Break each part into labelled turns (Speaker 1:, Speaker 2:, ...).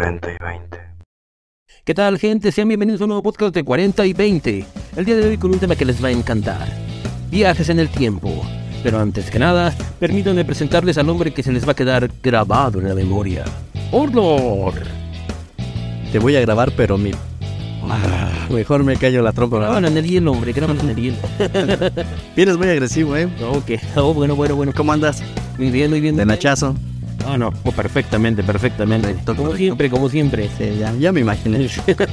Speaker 1: 40 y 20.
Speaker 2: ¿Qué tal, gente? Sean bienvenidos a un nuevo podcast de 40 y 20. El día de hoy con un tema que les va a encantar: viajes en el tiempo. Pero antes que nada, permítanme presentarles al hombre que se les va a quedar grabado en la memoria. Orlor.
Speaker 3: Te voy a grabar, pero mejor me callo la trompa.
Speaker 2: Bueno, en el hielo, hombre, grabamos en el hielo.
Speaker 3: Vienes muy agresivo,
Speaker 2: Ok, bueno.
Speaker 3: ¿Cómo andas?
Speaker 2: Muy bien.
Speaker 3: De nachazo.
Speaker 2: No, perfectamente. Como siempre.
Speaker 3: Sí, ya me imaginé.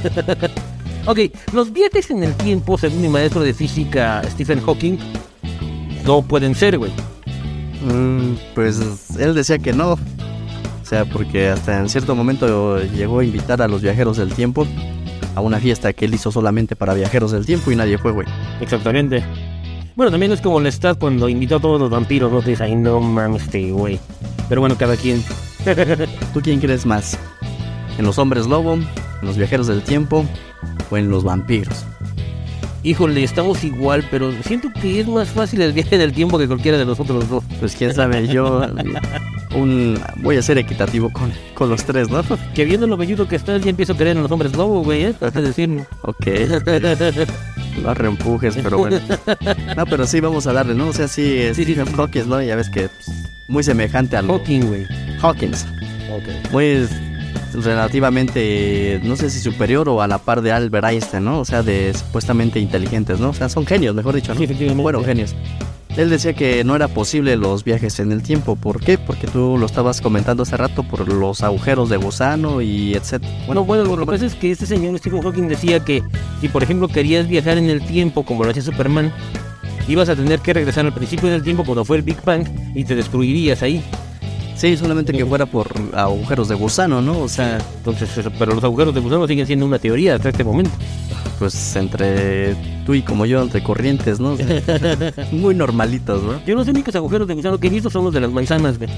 Speaker 2: Ok, los viajes en el tiempo, según mi maestro de física, Stephen Hawking, no pueden ser, güey.
Speaker 3: Pues él decía que no. O sea, porque hasta en cierto momento llegó a invitar a los viajeros del tiempo a una fiesta que él hizo solamente para viajeros del tiempo y nadie fue, güey.
Speaker 2: Exactamente. Bueno, también es como Lestat cuando invitó a todos los vampiros, ¿no? Te dice, ay, no mames, güey. Pero bueno, cada quien.
Speaker 3: ¿Tú quién crees más? ¿En los hombres lobo, en los viajeros del tiempo o en los vampiros?
Speaker 2: Híjole, estamos igual, pero siento que es más fácil el viaje del tiempo que cualquiera de los otros dos.
Speaker 3: Pues quién sabe, yo voy a ser equitativo con los tres, ¿no?
Speaker 2: Que viendo lo velludo que estás, ya empiezo a creer en los hombres lobo, güey, Es decirlo.
Speaker 3: Ok. No reempujes, pero bueno. No, pero sí, vamos a darle, ¿no? O sea, sí. Hawking, ¿no? Ya ves que muy semejante al
Speaker 2: Hawking, güey.
Speaker 3: Hawkins.
Speaker 2: Ok.
Speaker 3: Muy relativamente, no sé si superior o a la par de Albert Einstein, ¿no? O sea, de supuestamente inteligentes, ¿no? O sea, son genios, mejor dicho, ¿no?
Speaker 2: Sí, efectivamente.
Speaker 3: Bueno, genios. Él decía que no era posible los viajes en el tiempo. ¿Por qué? Porque tú lo estabas comentando hace rato por los agujeros de gusano y etcétera.
Speaker 2: Bueno, lo que pasa es que este señor Stephen Hawking decía que si, por ejemplo, querías viajar en el tiempo como lo hacía Superman, ibas a tener que regresar al principio del tiempo cuando fue el Big Bang y te destruirías ahí.
Speaker 3: Sí, solamente que fuera por agujeros de gusano, ¿no? O sea,
Speaker 2: entonces, pero los agujeros de gusano siguen siendo una teoría hasta este momento.
Speaker 3: Pues entre tú y como yo, entre corrientes, ¿no? O sea, muy normalitos, ¿no?
Speaker 2: Yo los únicos agujeros de gusano que he visto son los de las manzanas, güey.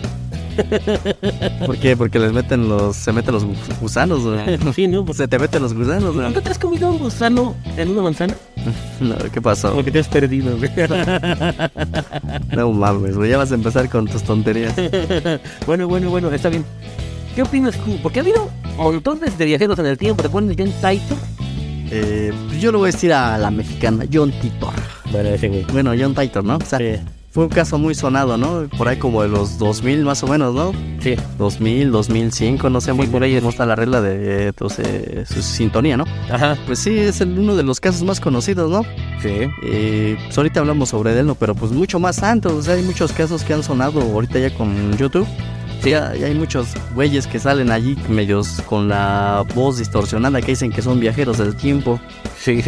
Speaker 3: ¿Por qué? Porque se meten los gusanos, güey.
Speaker 2: Sí, ¿no?
Speaker 3: Se te meten los gusanos, güey.
Speaker 2: ¿Nunca te has comido un gusano en una manzana?
Speaker 3: No, ¿qué pasó?
Speaker 2: Porque te has perdido, güey.
Speaker 3: No mames, güey, ya vas a empezar con tus tonterías.
Speaker 2: Bueno, está bien. ¿Qué opinas tú? Porque ha habido montones de viajeros en el tiempo. ¿Te acuerdas de John Titor?
Speaker 3: Yo lo voy a decir a la mexicana, John Titor.
Speaker 2: Bueno, ese güey.
Speaker 3: Bueno, John Titor, ¿no? O sea, sí. Fue un caso muy sonado, ¿no? Por ahí como de los 2000 más o menos, ¿no?
Speaker 2: Sí.
Speaker 3: 2000, 2005, no sé, muy por ahí cómo está la regla de su sintonía, ¿no?
Speaker 2: Ajá.
Speaker 3: Pues sí, es uno de los casos más conocidos, ¿no?
Speaker 2: Sí.
Speaker 3: Pues ahorita hablamos sobre él, ¿no? Pero pues mucho más antes, o sea, hay muchos casos que han sonado ahorita ya con YouTube. Sí, ya hay muchos güeyes que salen allí medios con la voz distorsionada que dicen que son viajeros del tiempo.
Speaker 2: Sí.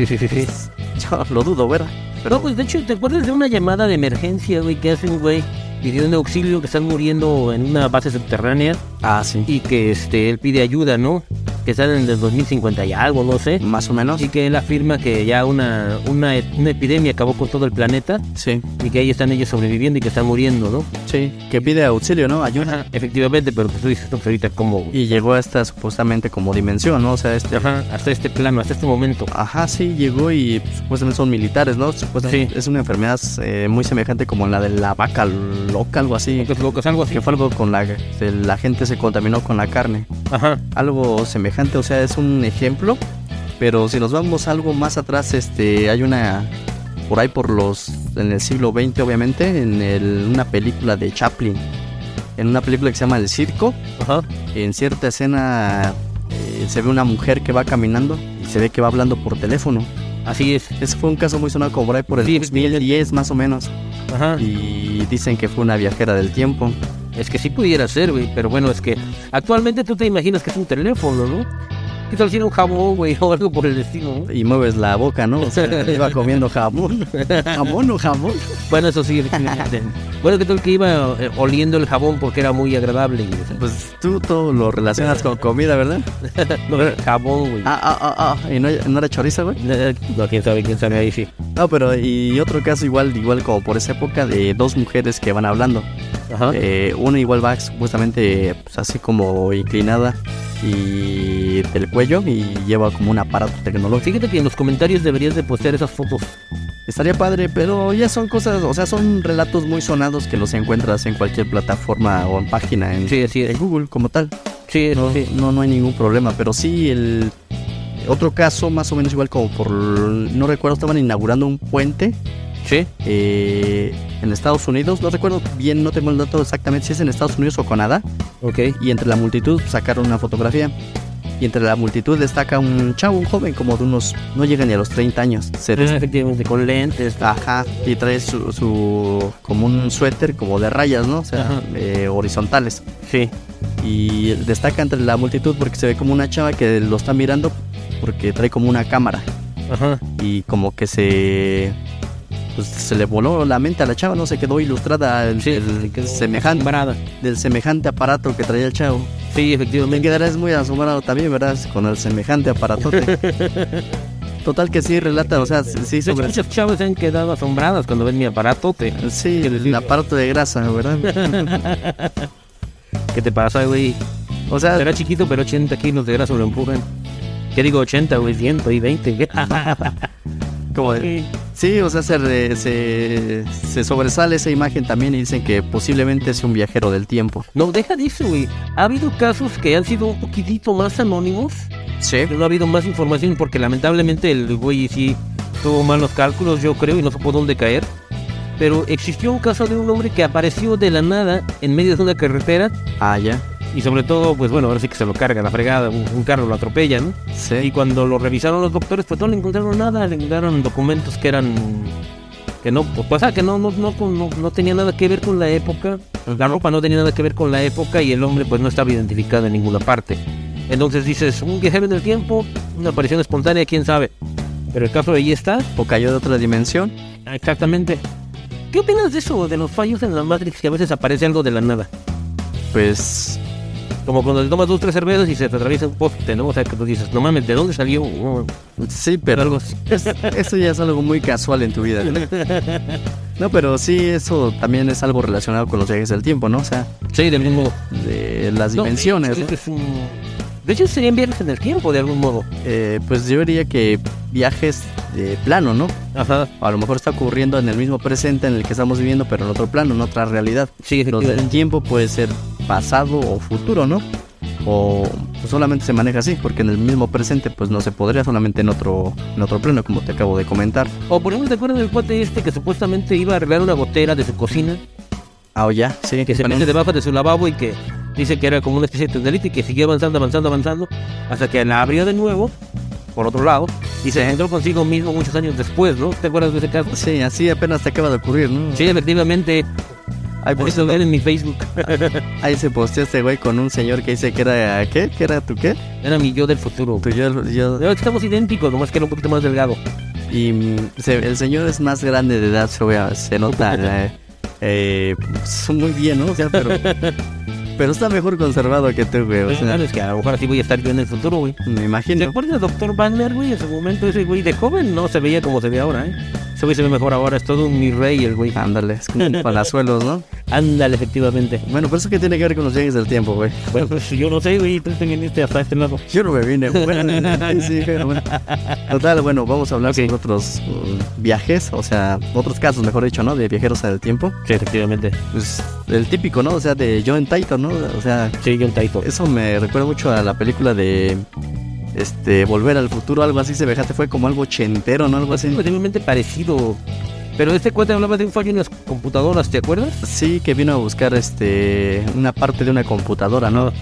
Speaker 3: Yo lo dudo, ¿verdad?
Speaker 2: Pero... No, pues de hecho, ¿te acuerdas de una llamada de emergencia, güey, que hacen, güey, pidiendo auxilio, que están muriendo en una base subterránea?
Speaker 3: Ah, sí.
Speaker 2: Y que él pide ayuda, ¿no? Que salen del 2050 y algo, no sé.
Speaker 3: Más o menos.
Speaker 2: Y que él afirma que ya una epidemia acabó con todo el planeta.
Speaker 3: Sí.
Speaker 2: Y que ahí están ellos sobreviviendo y que están muriendo, ¿no?
Speaker 3: Sí, que pide auxilio, ¿no? Ayuda.
Speaker 2: Ajá, efectivamente, pero pues tú dices, ahorita cómo...
Speaker 3: Y llegó a esta supuestamente como dimensión, ¿no? O sea,
Speaker 2: Ajá, hasta este plano, hasta este momento.
Speaker 3: Ajá, sí, llegó y supuestamente son militares, ¿no? Supuestamente
Speaker 2: sí.
Speaker 3: Es una enfermedad muy semejante como la de la vaca loca, algo así.
Speaker 2: Algo así.
Speaker 3: Que fue algo con la gente se contaminó con la carne.
Speaker 2: Ajá.
Speaker 3: Algo semejante, o sea, es un ejemplo, pero si nos vamos algo más atrás, hay una por ahí en el siglo XX, obviamente, una película de Chaplin, en una película que se llama El Circo.
Speaker 2: Ajá.
Speaker 3: En cierta escena se ve una mujer que va caminando y se ve que va hablando por teléfono.
Speaker 2: Así es.
Speaker 3: Ese fue un caso muy sonado como por ahí por el 2010 más o menos.
Speaker 2: Ajá.
Speaker 3: Y dicen que fue una viajera del tiempo.
Speaker 2: Es que sí pudiera ser, güey, pero bueno, es que actualmente tú te imaginas que es un teléfono, ¿no? ¿Qué tal si era un jabón, güey, o algo por el estilo, ¿no?
Speaker 3: Y mueves la boca, ¿no? O sea, iba comiendo jabón. ¿Jabón o jabón?
Speaker 2: Bueno, eso sí. Bueno, ¿qué tal que iba oliendo el jabón porque era muy agradable?
Speaker 3: Pues tú todo lo relacionas con comida, ¿verdad?
Speaker 2: No, jabón, güey.
Speaker 3: ¿Y no era chorizo, güey?
Speaker 2: No, quién sabe, ahí sí.
Speaker 3: No, pero y otro caso igual como por esa época de dos mujeres que van hablando.
Speaker 2: Ajá.
Speaker 3: Una igual va supuestamente pues, así como inclinada y del cuello y lleva como un aparato tecnológico.
Speaker 2: Fíjate que en los comentarios deberías de postear esas fotos.
Speaker 3: Estaría padre, pero ya son cosas, o sea, son relatos muy sonados que los encuentras en cualquier plataforma o en página,
Speaker 2: sí, así es.
Speaker 3: en Google como tal.
Speaker 2: Sí, sí.
Speaker 3: No hay ningún problema, pero sí el otro caso más o menos igual como no recuerdo, estaban inaugurando un puente
Speaker 2: Sí.
Speaker 3: en Estados Unidos, no recuerdo bien, no tengo el dato exactamente si es en Estados Unidos o Canadá,
Speaker 2: Ok.
Speaker 3: y entre la multitud sacaron una fotografía. Y entre la multitud destaca un chavo, un joven como de unos, no llega ni a los 30 años.
Speaker 2: Efectivamente, con lentes.
Speaker 3: Ajá, y trae su como un suéter como de rayas, ¿no? O sea, horizontales.
Speaker 2: Sí.
Speaker 3: Y destaca entre la multitud porque se ve como una chava que lo está mirando porque trae como una cámara.
Speaker 2: Ajá.
Speaker 3: Y como que se le voló la mente a la chava, ¿no? Se quedó ilustrada del semejante aparato que traía el chavo.
Speaker 2: Sí, efectivamente.
Speaker 3: Me quedarás muy asombrado también, ¿verdad? Con el semejante aparatote. Total que sí relata, o sea, sí sobre...
Speaker 2: Muchas chavas se han quedado asombradas cuando ven mi aparatote.
Speaker 3: Sí, el aparato de grasa, ¿verdad?
Speaker 2: ¿Qué te pasa, güey?
Speaker 3: O sea...
Speaker 2: Será chiquito, pero 80 kilos de grasa lo empujan. ¿Qué digo 80, güey? 120.
Speaker 3: Como de... Sí, o sea, se sobresale esa imagen también y dicen que posiblemente sea un viajero del tiempo.
Speaker 2: No, deja de eso, güey. Ha habido casos que han sido un poquitito más anónimos.
Speaker 3: Sí.
Speaker 2: No ha habido más información porque lamentablemente el güey sí tuvo malos cálculos, yo creo, y no supo dónde caer. Pero existió un caso de un hombre que apareció de la nada en medio de una carretera.
Speaker 3: Ah, ya.
Speaker 2: Y sobre todo, pues bueno, ahora sí que se lo carga la fregada, un carro lo atropella, ¿no?
Speaker 3: Sí.
Speaker 2: Y cuando lo revisaron los doctores, pues no le encontraron nada, le encontraron documentos que eran... que no, pues que no tenía nada que ver con la época. La ropa no tenía nada que ver con la época y el hombre pues no estaba identificado en ninguna parte. Entonces dices, un viajero en el tiempo, una aparición espontánea, quién sabe. Pero el caso de ahí está.
Speaker 3: O cayó de otra dimensión.
Speaker 2: Exactamente. ¿Qué opinas de eso, de los fallos en la Matrix, que a veces aparece algo de la nada?
Speaker 3: Pues...
Speaker 2: como cuando te tomas 2 o 3 cervezas y se te atraviesa un poste, ¿no? O sea, que tú dices, no mames, ¿de dónde salió?
Speaker 3: Sí, pero
Speaker 2: algo así.
Speaker 3: Eso ya es algo muy casual en tu vida, ¿no? No, pero sí, eso también es algo relacionado con los viajes del tiempo, ¿no? O sea...
Speaker 2: Sí, del mismo modo.
Speaker 3: De las dimensiones, ¿no?
Speaker 2: De hecho, serían viajes en el tiempo, de algún modo.
Speaker 3: Pues yo diría que viajes de plano, ¿no?
Speaker 2: Ajá.
Speaker 3: A lo mejor está ocurriendo en el mismo presente en el que estamos viviendo, pero en otro plano, en otra realidad.
Speaker 2: Sí, efectivamente.
Speaker 3: El tiempo puede ser pasado o futuro, ¿no? O pues solamente se maneja así, porque en el mismo presente pues no se podría, solamente en otro plano, como te acabo de comentar.
Speaker 2: O por ejemplo, ¿te acuerdas del cuate este que supuestamente iba a arreglar una gotera de su cocina?
Speaker 3: Ah, o ya, sí.
Speaker 2: Que se mete debajo de su lavabo y que dice que era como una especie de tunelito y que siguió avanzando, hasta que la abrió de nuevo, por otro lado, y se encontró consigo mismo muchos años después, ¿no? ¿Te acuerdas de ese caso?
Speaker 3: Sí, así apenas te acaba de ocurrir, ¿no?
Speaker 2: Sí, efectivamente.
Speaker 3: Ahí
Speaker 2: eso ver en mi Facebook.
Speaker 3: Ahí se posteó este güey con un señor que dice que era, ¿qué? ¿Que era tu qué?
Speaker 2: Era mi yo del futuro.
Speaker 3: Tu yo.
Speaker 2: Estamos idénticos, nomás que era un poquito más delgado.
Speaker 3: Y el señor es más grande de edad, se nota. Muy bien, ¿no? O sea, pero está mejor conservado que tú, güey. O sea,
Speaker 2: claro, es que a lo mejor así voy a estar yo en el futuro, güey.
Speaker 3: Me imagino.
Speaker 2: ¿Te acuerdas del Dr. Wagner, güey? En su momento ese güey de joven no se veía como se ve ahora, ¿eh? Ese güey se ve mejor ahora, es todo un mi rey el güey.
Speaker 3: Ándale, es como un palazuelos, ¿no?
Speaker 2: Ándale, efectivamente.
Speaker 3: Bueno, pero eso qué tiene que ver con los viajes del tiempo, güey.
Speaker 2: Bueno, pues yo no sé, güey, tú te viniste hasta este lado.
Speaker 3: Yo no me vine, bueno, sí, bueno. Total, bueno, vamos a hablar sobre otros viajes, o sea, otros casos, mejor dicho, ¿no? De viajeros en el tiempo.
Speaker 2: Sí, efectivamente.
Speaker 3: Pues el típico, ¿no? O sea, de John Titor, ¿no? O sea,
Speaker 2: sí, John Titor.
Speaker 3: Eso me recuerda mucho a la película de Volver al Futuro, algo así semejante, fue como algo ochentero, ¿no? Algo así.
Speaker 2: Posiblemente parecido. Pero este cuate hablaba de un fallo en las computadoras, ¿te acuerdas?
Speaker 3: Sí, que vino a buscar una parte de una computadora, ¿no?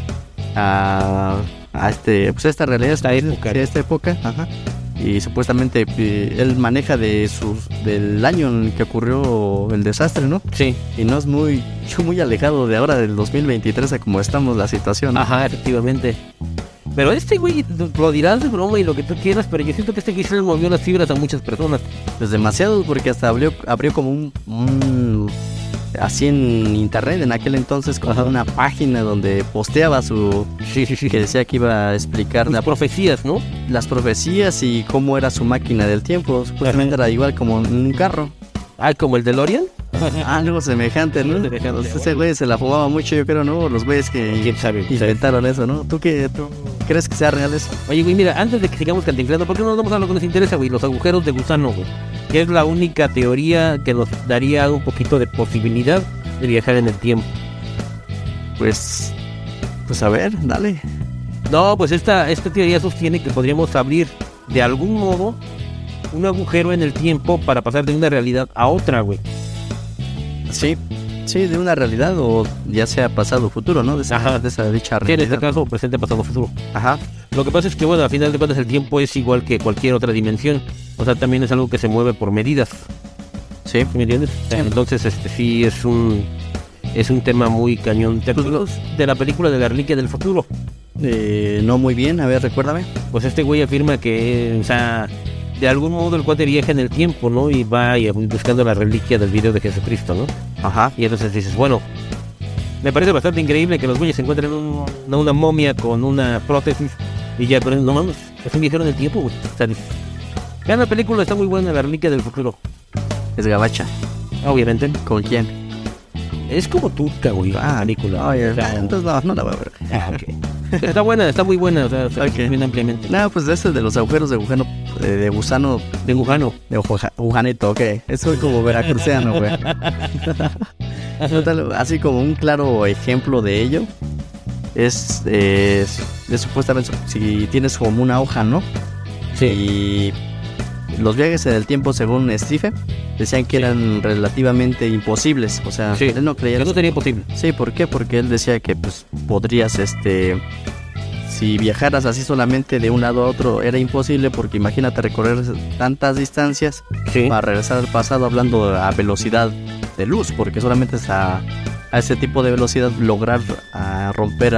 Speaker 3: Pues esta realidad, esta época, ajá. Y supuestamente él maneja del año en que ocurrió el desastre, ¿no?
Speaker 2: Sí.
Speaker 3: Y no es muy alejado de ahora, del 2023, a como estamos la situación, ¿no?
Speaker 2: Ajá, efectivamente. Pero este güey lo dirás de broma y lo que tú quieras, pero yo siento que este güey se le movió las fibras a muchas personas.
Speaker 3: Pues demasiado, porque hasta abrió como un así en internet en aquel entonces, con una página donde posteaba que decía que iba a explicar
Speaker 2: las profecías, ¿no?
Speaker 3: Las profecías y cómo era su máquina del tiempo. Supuestamente era igual como un carro.
Speaker 2: Ah, ¿como el DeLorean?
Speaker 3: Algo semejante, ¿no? Ese güey se la fumaba mucho, yo creo, ¿no? Los güeyes que inventaron eso, ¿no? ¿Tú crees que sea real eso?
Speaker 2: Oye, güey, mira, antes de que sigamos cantinflando, ¿por qué no nos vamos a lo que nos interesa, güey? Los agujeros de gusano, güey. Que es la única teoría que nos daría un poquito de posibilidad de viajar en el tiempo.
Speaker 3: Pues Pues a ver, dale.
Speaker 2: No, pues esta teoría sostiene que podríamos abrir de algún modo un agujero en el tiempo para pasar de una realidad a otra, güey.
Speaker 3: Sí, de una realidad o ya sea pasado o futuro, ¿no? De esa dicha
Speaker 2: Sí, en
Speaker 3: realidad.
Speaker 2: este caso, presente, pasado, futuro.
Speaker 3: Ajá.
Speaker 2: Lo que pasa es que, bueno, a final de cuentas el tiempo es igual que cualquier otra dimensión. O sea, también es algo que se mueve por medidas.
Speaker 3: Sí.
Speaker 2: ¿Me entiendes?
Speaker 3: Sí.
Speaker 2: Entonces, sí es un tema muy cañón. ¿Te acuerdas de la película de la Reliquia del Futuro?
Speaker 3: No muy bien, a ver, recuérdame.
Speaker 2: Pues este güey afirma que, o sea, de algún modo el cuate viaja en el tiempo, ¿no? Y va buscando la reliquia del video de Jesucristo, ¿no?
Speaker 3: Ajá.
Speaker 2: Y entonces dices, bueno, me parece bastante increíble que los güeyes se encuentren una momia con una prótesis y ya, pero no mames, es un viajero en el tiempo, güey. O sea, vean la película, está muy buena, la Reliquia del Futuro.
Speaker 3: Es gabacha.
Speaker 2: Obviamente.
Speaker 3: ¿Con quién?
Speaker 2: Es como turca, güey, la película.
Speaker 3: Oye,
Speaker 2: O sea,
Speaker 3: entonces no la voy a ver.
Speaker 2: ok. Está buena, está muy buena, o sea, se
Speaker 3: Ok.
Speaker 2: bien ampliamente.
Speaker 3: No, pues ese de los agujeros de gusano, de gusano,
Speaker 2: De Gujano.
Speaker 3: de gujanito, ok. Eso es como veracruceano, güey. Total, así como un claro ejemplo de ello es supuestamente si tienes como una hoja, ¿no?
Speaker 2: Sí.
Speaker 3: Y los viajes en el tiempo, según Stephen, decían que eran relativamente imposibles. O sea,
Speaker 2: Sí.
Speaker 3: él no creía
Speaker 2: Que no sería posible.
Speaker 3: Sí, ¿por qué? Porque él decía que pues podrías, si viajaras así solamente de un lado a otro era imposible, porque imagínate recorrer tantas distancias
Speaker 2: Sí.
Speaker 3: para regresar al pasado hablando a velocidad de luz, porque solamente es a ese tipo de velocidad lograr romper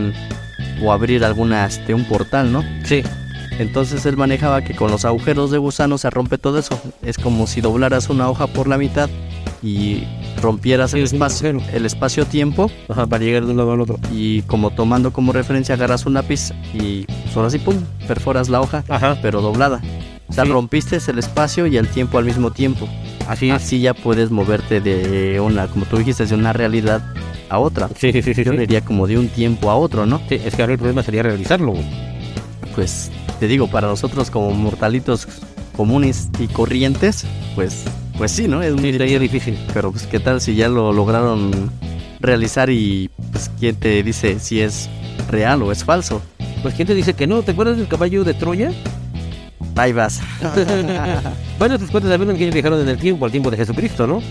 Speaker 3: o abrir un portal, ¿no?
Speaker 2: Sí.
Speaker 3: Entonces él manejaba que con los agujeros de gusano se rompe todo eso. Es como si doblaras una hoja por la mitad y rompieras
Speaker 2: Sí,
Speaker 3: el
Speaker 2: es un agujero.
Speaker 3: espacio-tiempo,
Speaker 2: Ajá, para llegar de un lado al otro.
Speaker 3: y como tomando como referencia agarras un lápiz y pues ahora sí, pum, perforas la hoja,
Speaker 2: Ajá.
Speaker 3: pero doblada. O sea,
Speaker 2: Sí.
Speaker 3: rompiste el espacio y el tiempo al mismo tiempo.
Speaker 2: Así es.
Speaker 3: Así ya puedes moverte de como tú dijiste, de una realidad a otra.
Speaker 2: Sí.
Speaker 3: Yo diría como de un tiempo a otro, ¿no?
Speaker 2: Sí, es que ahora el problema sería realizarlo, güey.
Speaker 3: Pues te digo, para nosotros como mortalitos comunes y corrientes, pues sí, ¿no? Es muy
Speaker 2: Sí, sería difícil.
Speaker 3: Pero pues qué tal si ya lo lograron realizar y pues quién te dice si es real o es falso.
Speaker 2: Pues ¿quién te dice que no? ¿Te acuerdas del caballo de Troya?
Speaker 3: Ahí vas.
Speaker 2: Bueno, tus cuentas saben que ellos viajaron en el tiempo, al tiempo de Jesucristo, ¿no?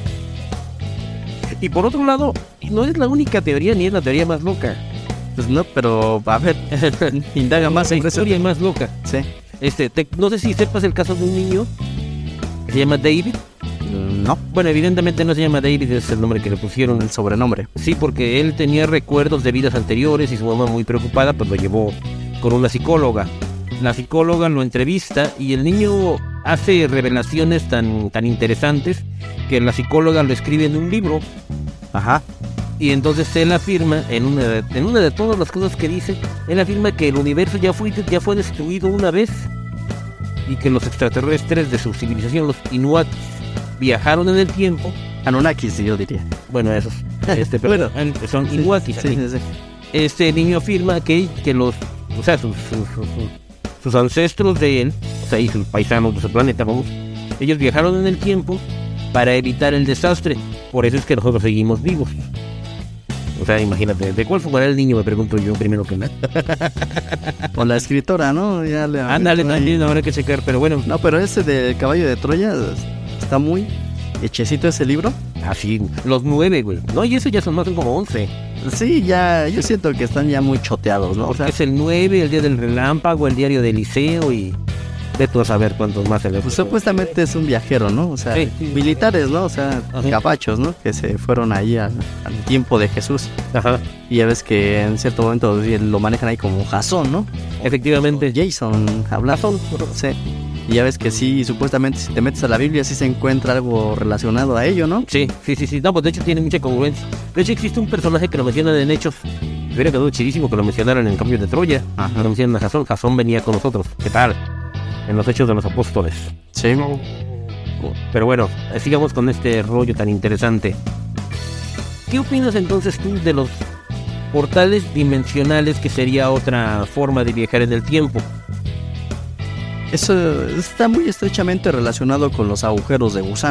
Speaker 2: Y por otro lado, no es la única teoría ni es la teoría más loca.
Speaker 3: Pues no, pero a ver, indaga más
Speaker 2: La
Speaker 3: en eso.
Speaker 2: historia más loca.
Speaker 3: Sí.
Speaker 2: No sé si sepas el caso de un niño que se llama David.
Speaker 3: No,
Speaker 2: Bueno, evidentemente no se llama David, es el nombre que le pusieron.
Speaker 3: el sobrenombre.
Speaker 2: Sí, porque él tenía recuerdos de vidas anteriores y su mamá muy preocupada pues lo llevó con una psicóloga. La psicóloga lo entrevista y el niño hace revelaciones tan interesantes que la psicóloga lo escribe en un libro.
Speaker 3: Ajá.
Speaker 2: Y entonces él afirma, en una de todas las cosas que dice, él afirma que el universo ya fue destruido una vez y que los extraterrestres de su civilización, los Inuatis, viajaron en el tiempo.
Speaker 3: Anunnakis, yo diría.
Speaker 2: Bueno, esos. Pero
Speaker 3: Bueno,
Speaker 2: son Inuatis.
Speaker 3: Sí,
Speaker 2: aquí.
Speaker 3: sí, sí.
Speaker 2: Este niño afirma que sus ancestros de él, o sea, y sus paisanos de su planeta, vamos, ellos viajaron en el tiempo para evitar el desastre. Por eso es que nosotros seguimos vivos. O sea, imagínate, ¿de cuál fumará el niño? Me pregunto yo primero que nada.
Speaker 3: O la escritora, ¿no? Ya le
Speaker 2: Ándale, también habrá que checar, pero bueno.
Speaker 3: No, pero ese de Caballo de Troya está muy hechecito ese libro.
Speaker 2: Así, los 9, güey. No, y eso ya son como 11.
Speaker 3: Sí, ya, yo siento que están ya muy choteados, ¿no? O sea,
Speaker 2: Es el 9, el día del relámpago, el diario del liceo y de tú a saber cuántos más se le
Speaker 3: pues supuestamente es un viajero, ¿no? O sea,
Speaker 2: Sí.
Speaker 3: militares, ¿no? O sea,
Speaker 2: Ajá.
Speaker 3: gabachos, ¿no? Que se fueron ahí al tiempo de Jesús.
Speaker 2: Ajá,
Speaker 3: Y ya ves que en cierto momento lo manejan ahí como Jasón, ¿no?
Speaker 2: efectivamente.
Speaker 3: Jason, Jason. Sí. Y ya ves que sí, supuestamente si te metes a la Biblia sí se encuentra algo relacionado a ello, ¿no?
Speaker 2: Sí. No, pues de hecho tiene mucha congruencia. De hecho existe un personaje que lo mencionan en Hechos. Me hubiera quedado chidísimo que lo mencionaran en el cambio de Troya.
Speaker 3: Ajá.
Speaker 2: Lo mencionan a Jasón. Jasón venía con nosotros. ¿Qué tal? En los Hechos de los Apóstoles.
Speaker 3: Sí.
Speaker 2: Pero bueno, sigamos con este rollo tan interesante. ¿Qué opinas entonces tú de los portales dimensionales, que sería otra forma de viajar en el tiempo?
Speaker 3: Eso está muy estrechamente relacionado con los agujeros de gusano.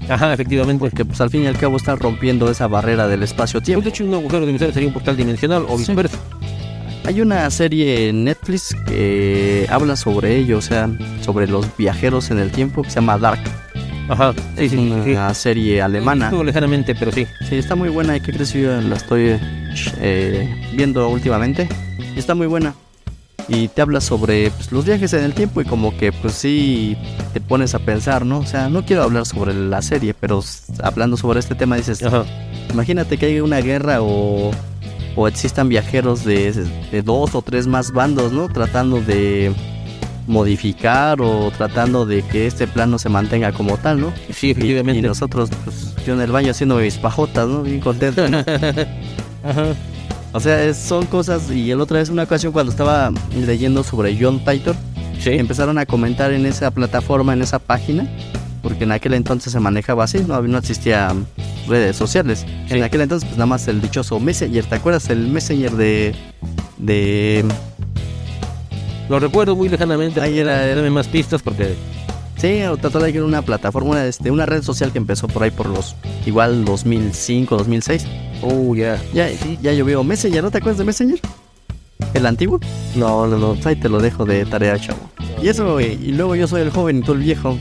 Speaker 2: Ajá, efectivamente.
Speaker 3: Porque pues al fin y al cabo están rompiendo esa barrera del espacio-tiempo.
Speaker 2: De hecho, un agujero dimensional sería un portal dimensional o viceversa.
Speaker 3: Hay una serie en Netflix que habla sobre ello, o sea, sobre los viajeros en el tiempo, que se llama Dark.
Speaker 2: Ajá,
Speaker 3: es una serie alemana.
Speaker 2: No lejanamente, pero sí.
Speaker 3: Sí, está muy buena. ¿Y qué crees? Yo la estoy viendo últimamente. Y está muy buena. Y te habla sobre pues, los viajes en el tiempo y como que pues sí te pones a pensar, ¿no? O sea, no quiero hablar sobre la serie, pero hablando sobre este tema dices, ajá, imagínate que haya una guerra o existan viajeros de 2 o 3 más bandos, ¿no? Tratando de modificar o tratando de que este plano se mantenga como tal, ¿no?
Speaker 2: Sí, efectivamente.
Speaker 3: Y nosotros, pues, yo en el baño haciendo mis pajotas, ¿no? Bien contento, ¿no?
Speaker 2: Ajá.
Speaker 3: O sea, son cosas. Y el otra vez, una ocasión, cuando estaba leyendo sobre John Titor,
Speaker 2: sí,
Speaker 3: empezaron a comentar en esa plataforma, en esa página, porque en aquel entonces se manejaba así, no existía redes sociales. Sí. En aquel entonces, pues nada más el dichoso Messenger. ¿Te acuerdas? El Messenger de...
Speaker 2: Lo recuerdo muy lejanamente.
Speaker 3: Ahí
Speaker 2: dame más pistas porque...
Speaker 3: Sí, total, hay una plataforma, una red social que empezó por ahí por los... Igual 2005, 2006.
Speaker 2: Oh, yeah.
Speaker 3: Ya llovió Messenger, ¿no te acuerdas de Messenger? ¿El antiguo? No, ahí te lo dejo de tarea, chavo. Y eso, y luego yo soy el joven y tú el viejo.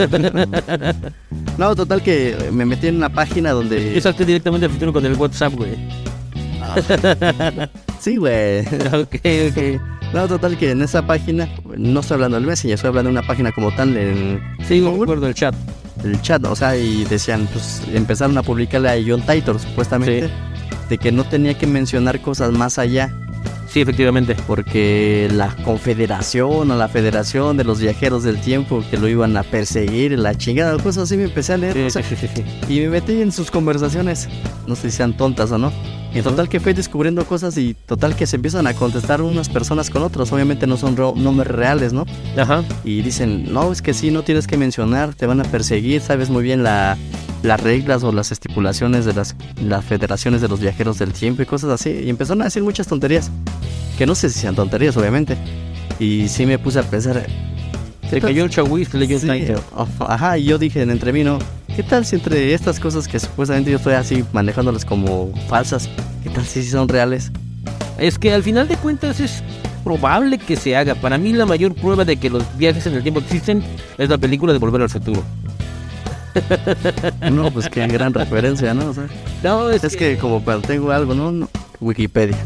Speaker 3: No, total que me metí en una página donde...
Speaker 2: Yo salté directamente al futuro con el WhatsApp, güey.
Speaker 3: Sí, güey.
Speaker 2: Ok.
Speaker 3: No, total que en esa página, no estoy hablando del Messenger, estoy hablando de una página como tal en...
Speaker 2: Sí, me acuerdo del chat.
Speaker 3: El chat, o sea, y decían, pues empezaron a publicarle a John Titor, supuestamente, sí, de que no tenía que mencionar cosas más allá.
Speaker 2: Sí, efectivamente.
Speaker 3: Porque la confederación o la federación de los viajeros del tiempo que lo iban a perseguir, la chingada, pues así me empecé a leer.
Speaker 2: Sí,
Speaker 3: o sea,
Speaker 2: sí.
Speaker 3: Y me metí en sus conversaciones, no sé si sean tontas o no. Y total que fui descubriendo cosas y total que se empiezan a contestar unas personas con otras. Obviamente no son nombres reales, ¿no?
Speaker 2: Ajá.
Speaker 3: Y dicen, no, es que sí, no tienes que mencionar, te van a perseguir, sabes muy bien las reglas o las estipulaciones de las federaciones de los viajeros del tiempo y cosas así. Y empezaron a decir muchas tonterías, que no sé si sean tonterías, obviamente. Y sí me puse a pensar...
Speaker 2: Se cayó el chagüis que leyó
Speaker 3: Titor. Ajá, y yo dije entre mí, ¿no? ¿Qué tal si entre estas cosas que supuestamente yo estoy así manejándolas como falsas, qué tal si son reales?
Speaker 2: Es que al final de cuentas es probable que se haga. Para mí la mayor prueba de que los viajes en el tiempo existen es la película de Volver al Futuro.
Speaker 3: No, pues qué gran referencia, ¿no? O sea,
Speaker 2: no,
Speaker 3: es que como tengo algo, ¿no? Wikipedia.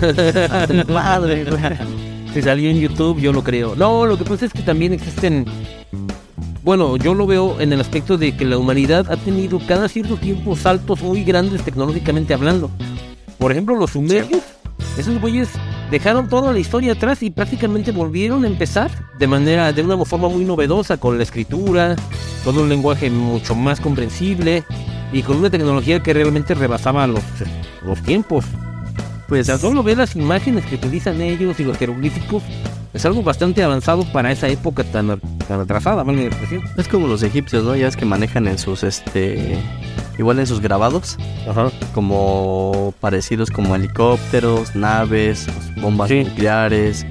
Speaker 3: Madre, güey.
Speaker 2: Si salió en YouTube, yo lo creo. No, lo que pasa es que también existen... Bueno, yo lo veo en el aspecto de que la humanidad ha tenido cada cierto tiempo saltos muy grandes tecnológicamente hablando. Por ejemplo, los sumerios, esos güeyes dejaron toda la historia atrás y prácticamente volvieron a empezar de una forma muy novedosa, con la escritura, con un lenguaje mucho más comprensible y con una tecnología que realmente rebasaba los tiempos. Pues solo ver las imágenes que utilizan ellos y los jeroglíficos es algo bastante avanzado para esa época tan atrasada, ¿vale la expresión?
Speaker 3: Es como los egipcios, ¿no? Ya ves que manejan en sus igual en sus grabados, ajá, como parecidos como helicópteros, naves, bombas nucleares,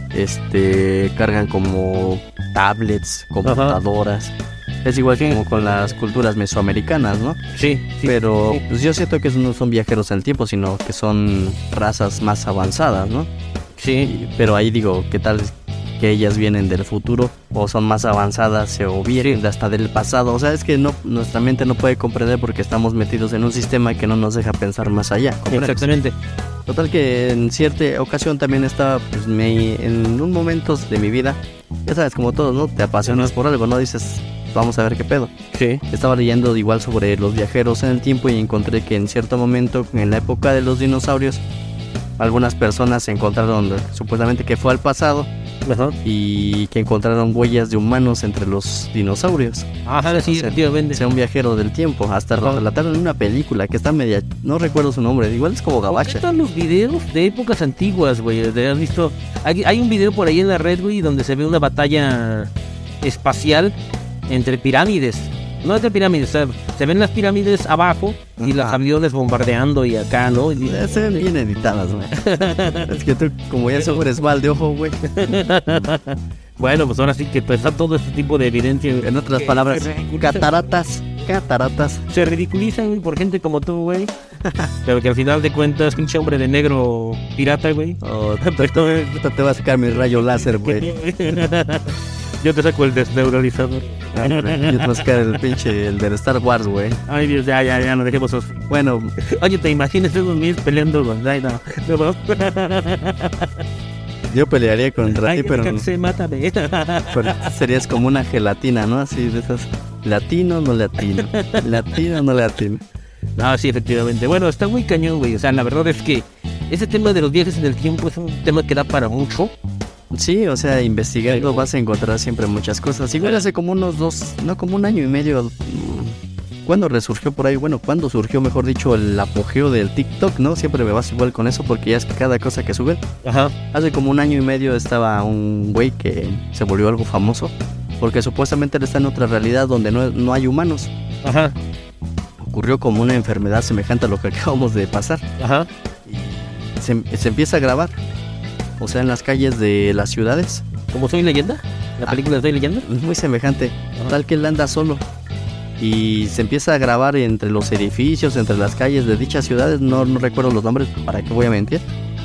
Speaker 3: cargan como tablets, computadoras. Ajá. Es igual como con las culturas mesoamericanas, ¿no?
Speaker 2: Sí.
Speaker 3: Pero pues yo siento que no son viajeros en el tiempo, sino que son razas más avanzadas, ¿no?
Speaker 2: Sí.
Speaker 3: Pero ahí digo, ¿qué tal que ellas vienen del futuro o son más avanzadas o vienen hasta del pasado? O sea, es que nuestra mente no puede comprender porque estamos metidos en un sistema que no nos deja pensar más allá. ¿Comprendes?
Speaker 2: Exactamente.
Speaker 3: Total que en cierta ocasión también estaba, pues en un momento de mi vida, ya sabes, como todos, ¿no? Te apasionas por algo, ¿no? Dices, vamos a ver qué pedo.
Speaker 2: Sí.
Speaker 3: Estaba leyendo igual sobre los viajeros en el tiempo y encontré que en cierto momento, en la época de los dinosaurios, algunas personas encontraron supuestamente que fue al pasado. Ajá. Y que encontraron huellas de humanos entre los dinosaurios.
Speaker 2: Ajá, sí, efectivamente.
Speaker 3: Sea un viajero del tiempo. Hasta lo relataron en una película que está media... No recuerdo su nombre. Igual es como gabacha.
Speaker 2: Están los videos de épocas antiguas, güey. ¿Has visto? Hay un video por ahí en la red, güey, donde se ve una batalla espacial entre pirámides. No entre pirámides, se ven las pirámides abajo y los aviones bombardeando y acá, ¿no?
Speaker 3: Se ven bien editadas, güey. Es que tú, como ya eres mal de ojo, güey.
Speaker 2: Bueno, pues ahora sí que está todo este tipo de evidencia.
Speaker 3: En otras palabras, cataratas. cataratas.
Speaker 2: Se ridiculizan por gente como tú, güey. Pero que al final de cuentas, pinche hombre de negro pirata, güey.
Speaker 3: Oh, ahorita te va a sacar mi rayo láser, güey.
Speaker 2: Yo te saco el desneuralizador.
Speaker 3: Yo te voy a sacar el pinche, el del Star Wars, güey.
Speaker 2: Ay, Dios, ya, no dejemos eso.
Speaker 3: Bueno.
Speaker 2: Oye, ¿te imaginas esos míos peleando con... Ay, no.
Speaker 3: Yo pelearía contra ti, pero...
Speaker 2: Mátame.
Speaker 3: Pero serías como una gelatina, ¿no? Así de esas... Latino, no latino. Latino, no latino.
Speaker 2: No, sí, efectivamente. Bueno, está muy cañón, güey. O sea, la verdad es que ese tema de los viajes en el tiempo es un tema que da para mucho.
Speaker 3: Sí, o sea, investigando vas a encontrar siempre muchas cosas. Igual hace como unos 2, no, como 1 año y medio. ¿Cuándo resurgió por ahí? Bueno, ¿cuándo surgió, mejor dicho, el apogeo del TikTok, no? Siempre me vas igual con eso porque ya es que cada cosa que sube.
Speaker 2: Ajá.
Speaker 3: Hace como 1 año y medio estaba un güey que se volvió algo famoso porque supuestamente él está en otra realidad donde no hay humanos.
Speaker 2: Ajá.
Speaker 3: Ocurrió como una enfermedad semejante a lo que acabamos de pasar.
Speaker 2: Ajá.
Speaker 3: Y se empieza a grabar. O sea, en las calles de las ciudades.
Speaker 2: ¿Cómo Soy Leyenda? ¿La película Soy Leyenda?
Speaker 3: Muy semejante. Tal que él anda solo. Y se empieza a grabar entre los edificios, entre las calles de dichas ciudades. No recuerdo los nombres, ¿para qué voy a mentir?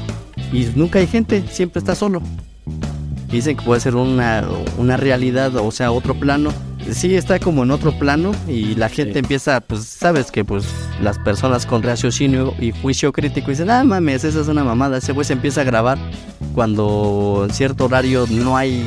Speaker 3: Y nunca hay gente, siempre está solo. Dicen que puede ser una realidad, o sea, otro plano. Sí, está como en otro plano y la gente empieza, pues, sabes que pues las personas con raciocinio y juicio crítico dicen, ah, mames, esa es una mamada. Ese güey se empieza a grabar cuando en cierto horario no hay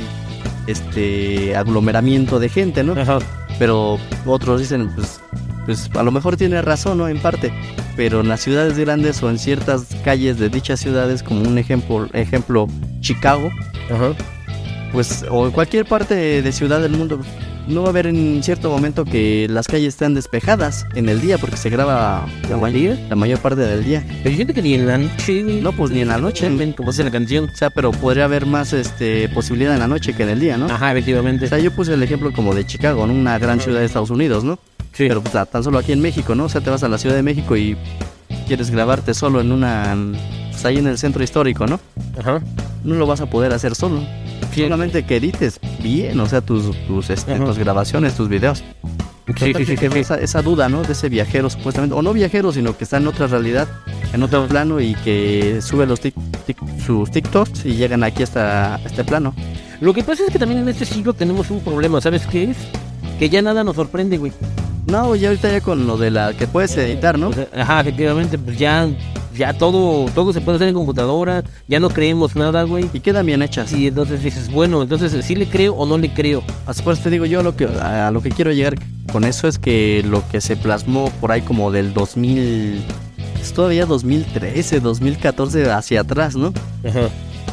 Speaker 3: aglomeramiento de gente, ¿no? Ajá. Pero otros dicen, pues a lo mejor tiene razón, ¿no? En parte. Pero en las ciudades grandes o en ciertas calles de dichas ciudades, como un ejemplo Chicago, ajá, pues, o en cualquier parte de ciudad del mundo, no va a haber en cierto momento que las calles estén despejadas en el día porque se graba la mayor parte del día.
Speaker 2: Pero yo siento que ni en la noche, güey.
Speaker 3: No, pues ni en la noche.
Speaker 2: Como dice la canción.
Speaker 3: O sea, pero podría haber más posibilidad en la noche que en el día, ¿no?
Speaker 2: Ajá, efectivamente.
Speaker 3: O sea, yo puse el ejemplo como de Chicago, ¿no? Una gran ciudad de Estados Unidos, ¿no? Sí. Pero pues, tan solo aquí en México, ¿no? O sea, te vas a la Ciudad de México y quieres grabarte solo en pues ahí en el centro histórico, ¿no? Ajá. No lo vas a poder hacer solo. Sí. Solamente que edites bien, o sea, tus grabaciones, tus videos. Sí. Esa duda, ¿no? De ese viajero supuestamente, o no viajero, sino que está en otra realidad, en otro plano y que sube sus TikToks y llegan aquí hasta este plano.
Speaker 2: Lo que pasa es que también en este siglo tenemos un problema, ¿sabes qué es? Que ya nada nos sorprende, güey.
Speaker 3: No, ya ahorita ya con lo de la que puedes editar, ¿no?
Speaker 2: Pues, ajá, efectivamente, pues ya todo se puede hacer en computadora, ya no creemos nada, güey.
Speaker 3: Y quedan bien hechas.
Speaker 2: Y entonces dices, bueno, entonces ¿sí le creo o no le creo?
Speaker 3: Así pues te digo yo, a lo que quiero llegar con eso es que lo que se plasmó por ahí como del 2000, es todavía 2013, 2014 hacia atrás, ¿no? Ajá.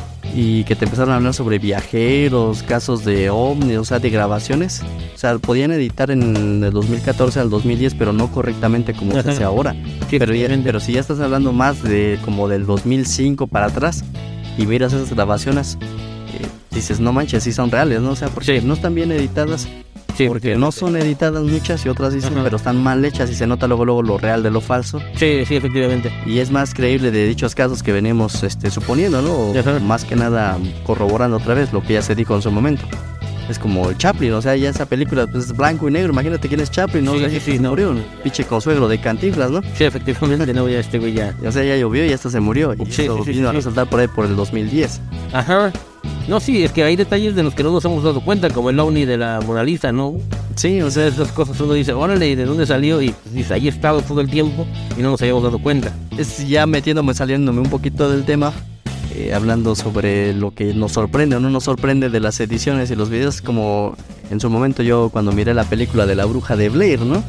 Speaker 3: Y que te empezaron a hablar sobre viajeros, casos de ovnis, o sea, de grabaciones. O sea, podían editar en el 2014 al 2010, pero no correctamente como se hace ahora. Sí, pero si ya estás hablando más de como del 2005 para atrás y miras esas grabaciones, dices, no manches, sí son reales, ¿no? O sea, porque no están bien editadas. Sí, porque no son editadas muchas y otras dicen, pero están mal hechas y se nota luego lo real de lo falso.
Speaker 2: Sí, efectivamente.
Speaker 3: Y es más creíble de dichos casos que venimos suponiendo, ¿no? O más que nada corroborando otra vez lo que ya se dijo en su momento. Es como el Chaplin, o sea, ya esa película pues, es blanco y negro, imagínate quién es Chaplin, ¿no?
Speaker 2: Sí,
Speaker 3: no. Murió un pinche consuegro de Cantinflas, ¿no?
Speaker 2: Sí, efectivamente, no, ya güey ya.
Speaker 3: O sea, ya llovió y hasta se murió. Y vino a resaltar por ahí por el 2010.
Speaker 2: Ajá. No, sí, es que hay detalles de los que no nos hemos dado cuenta, como el ovni de la Mona Lisa, ¿no?
Speaker 3: Sí,
Speaker 2: o sea, esas cosas uno dice, órale, ¿de dónde salió? Y pues, dice, ahí he estado todo el tiempo y no nos habíamos dado cuenta.
Speaker 3: Es ya saliéndome un poquito del tema, hablando sobre lo que nos sorprende o no nos sorprende de las ediciones y los videos, como en su momento yo cuando miré la película de la bruja de Blair, ¿no?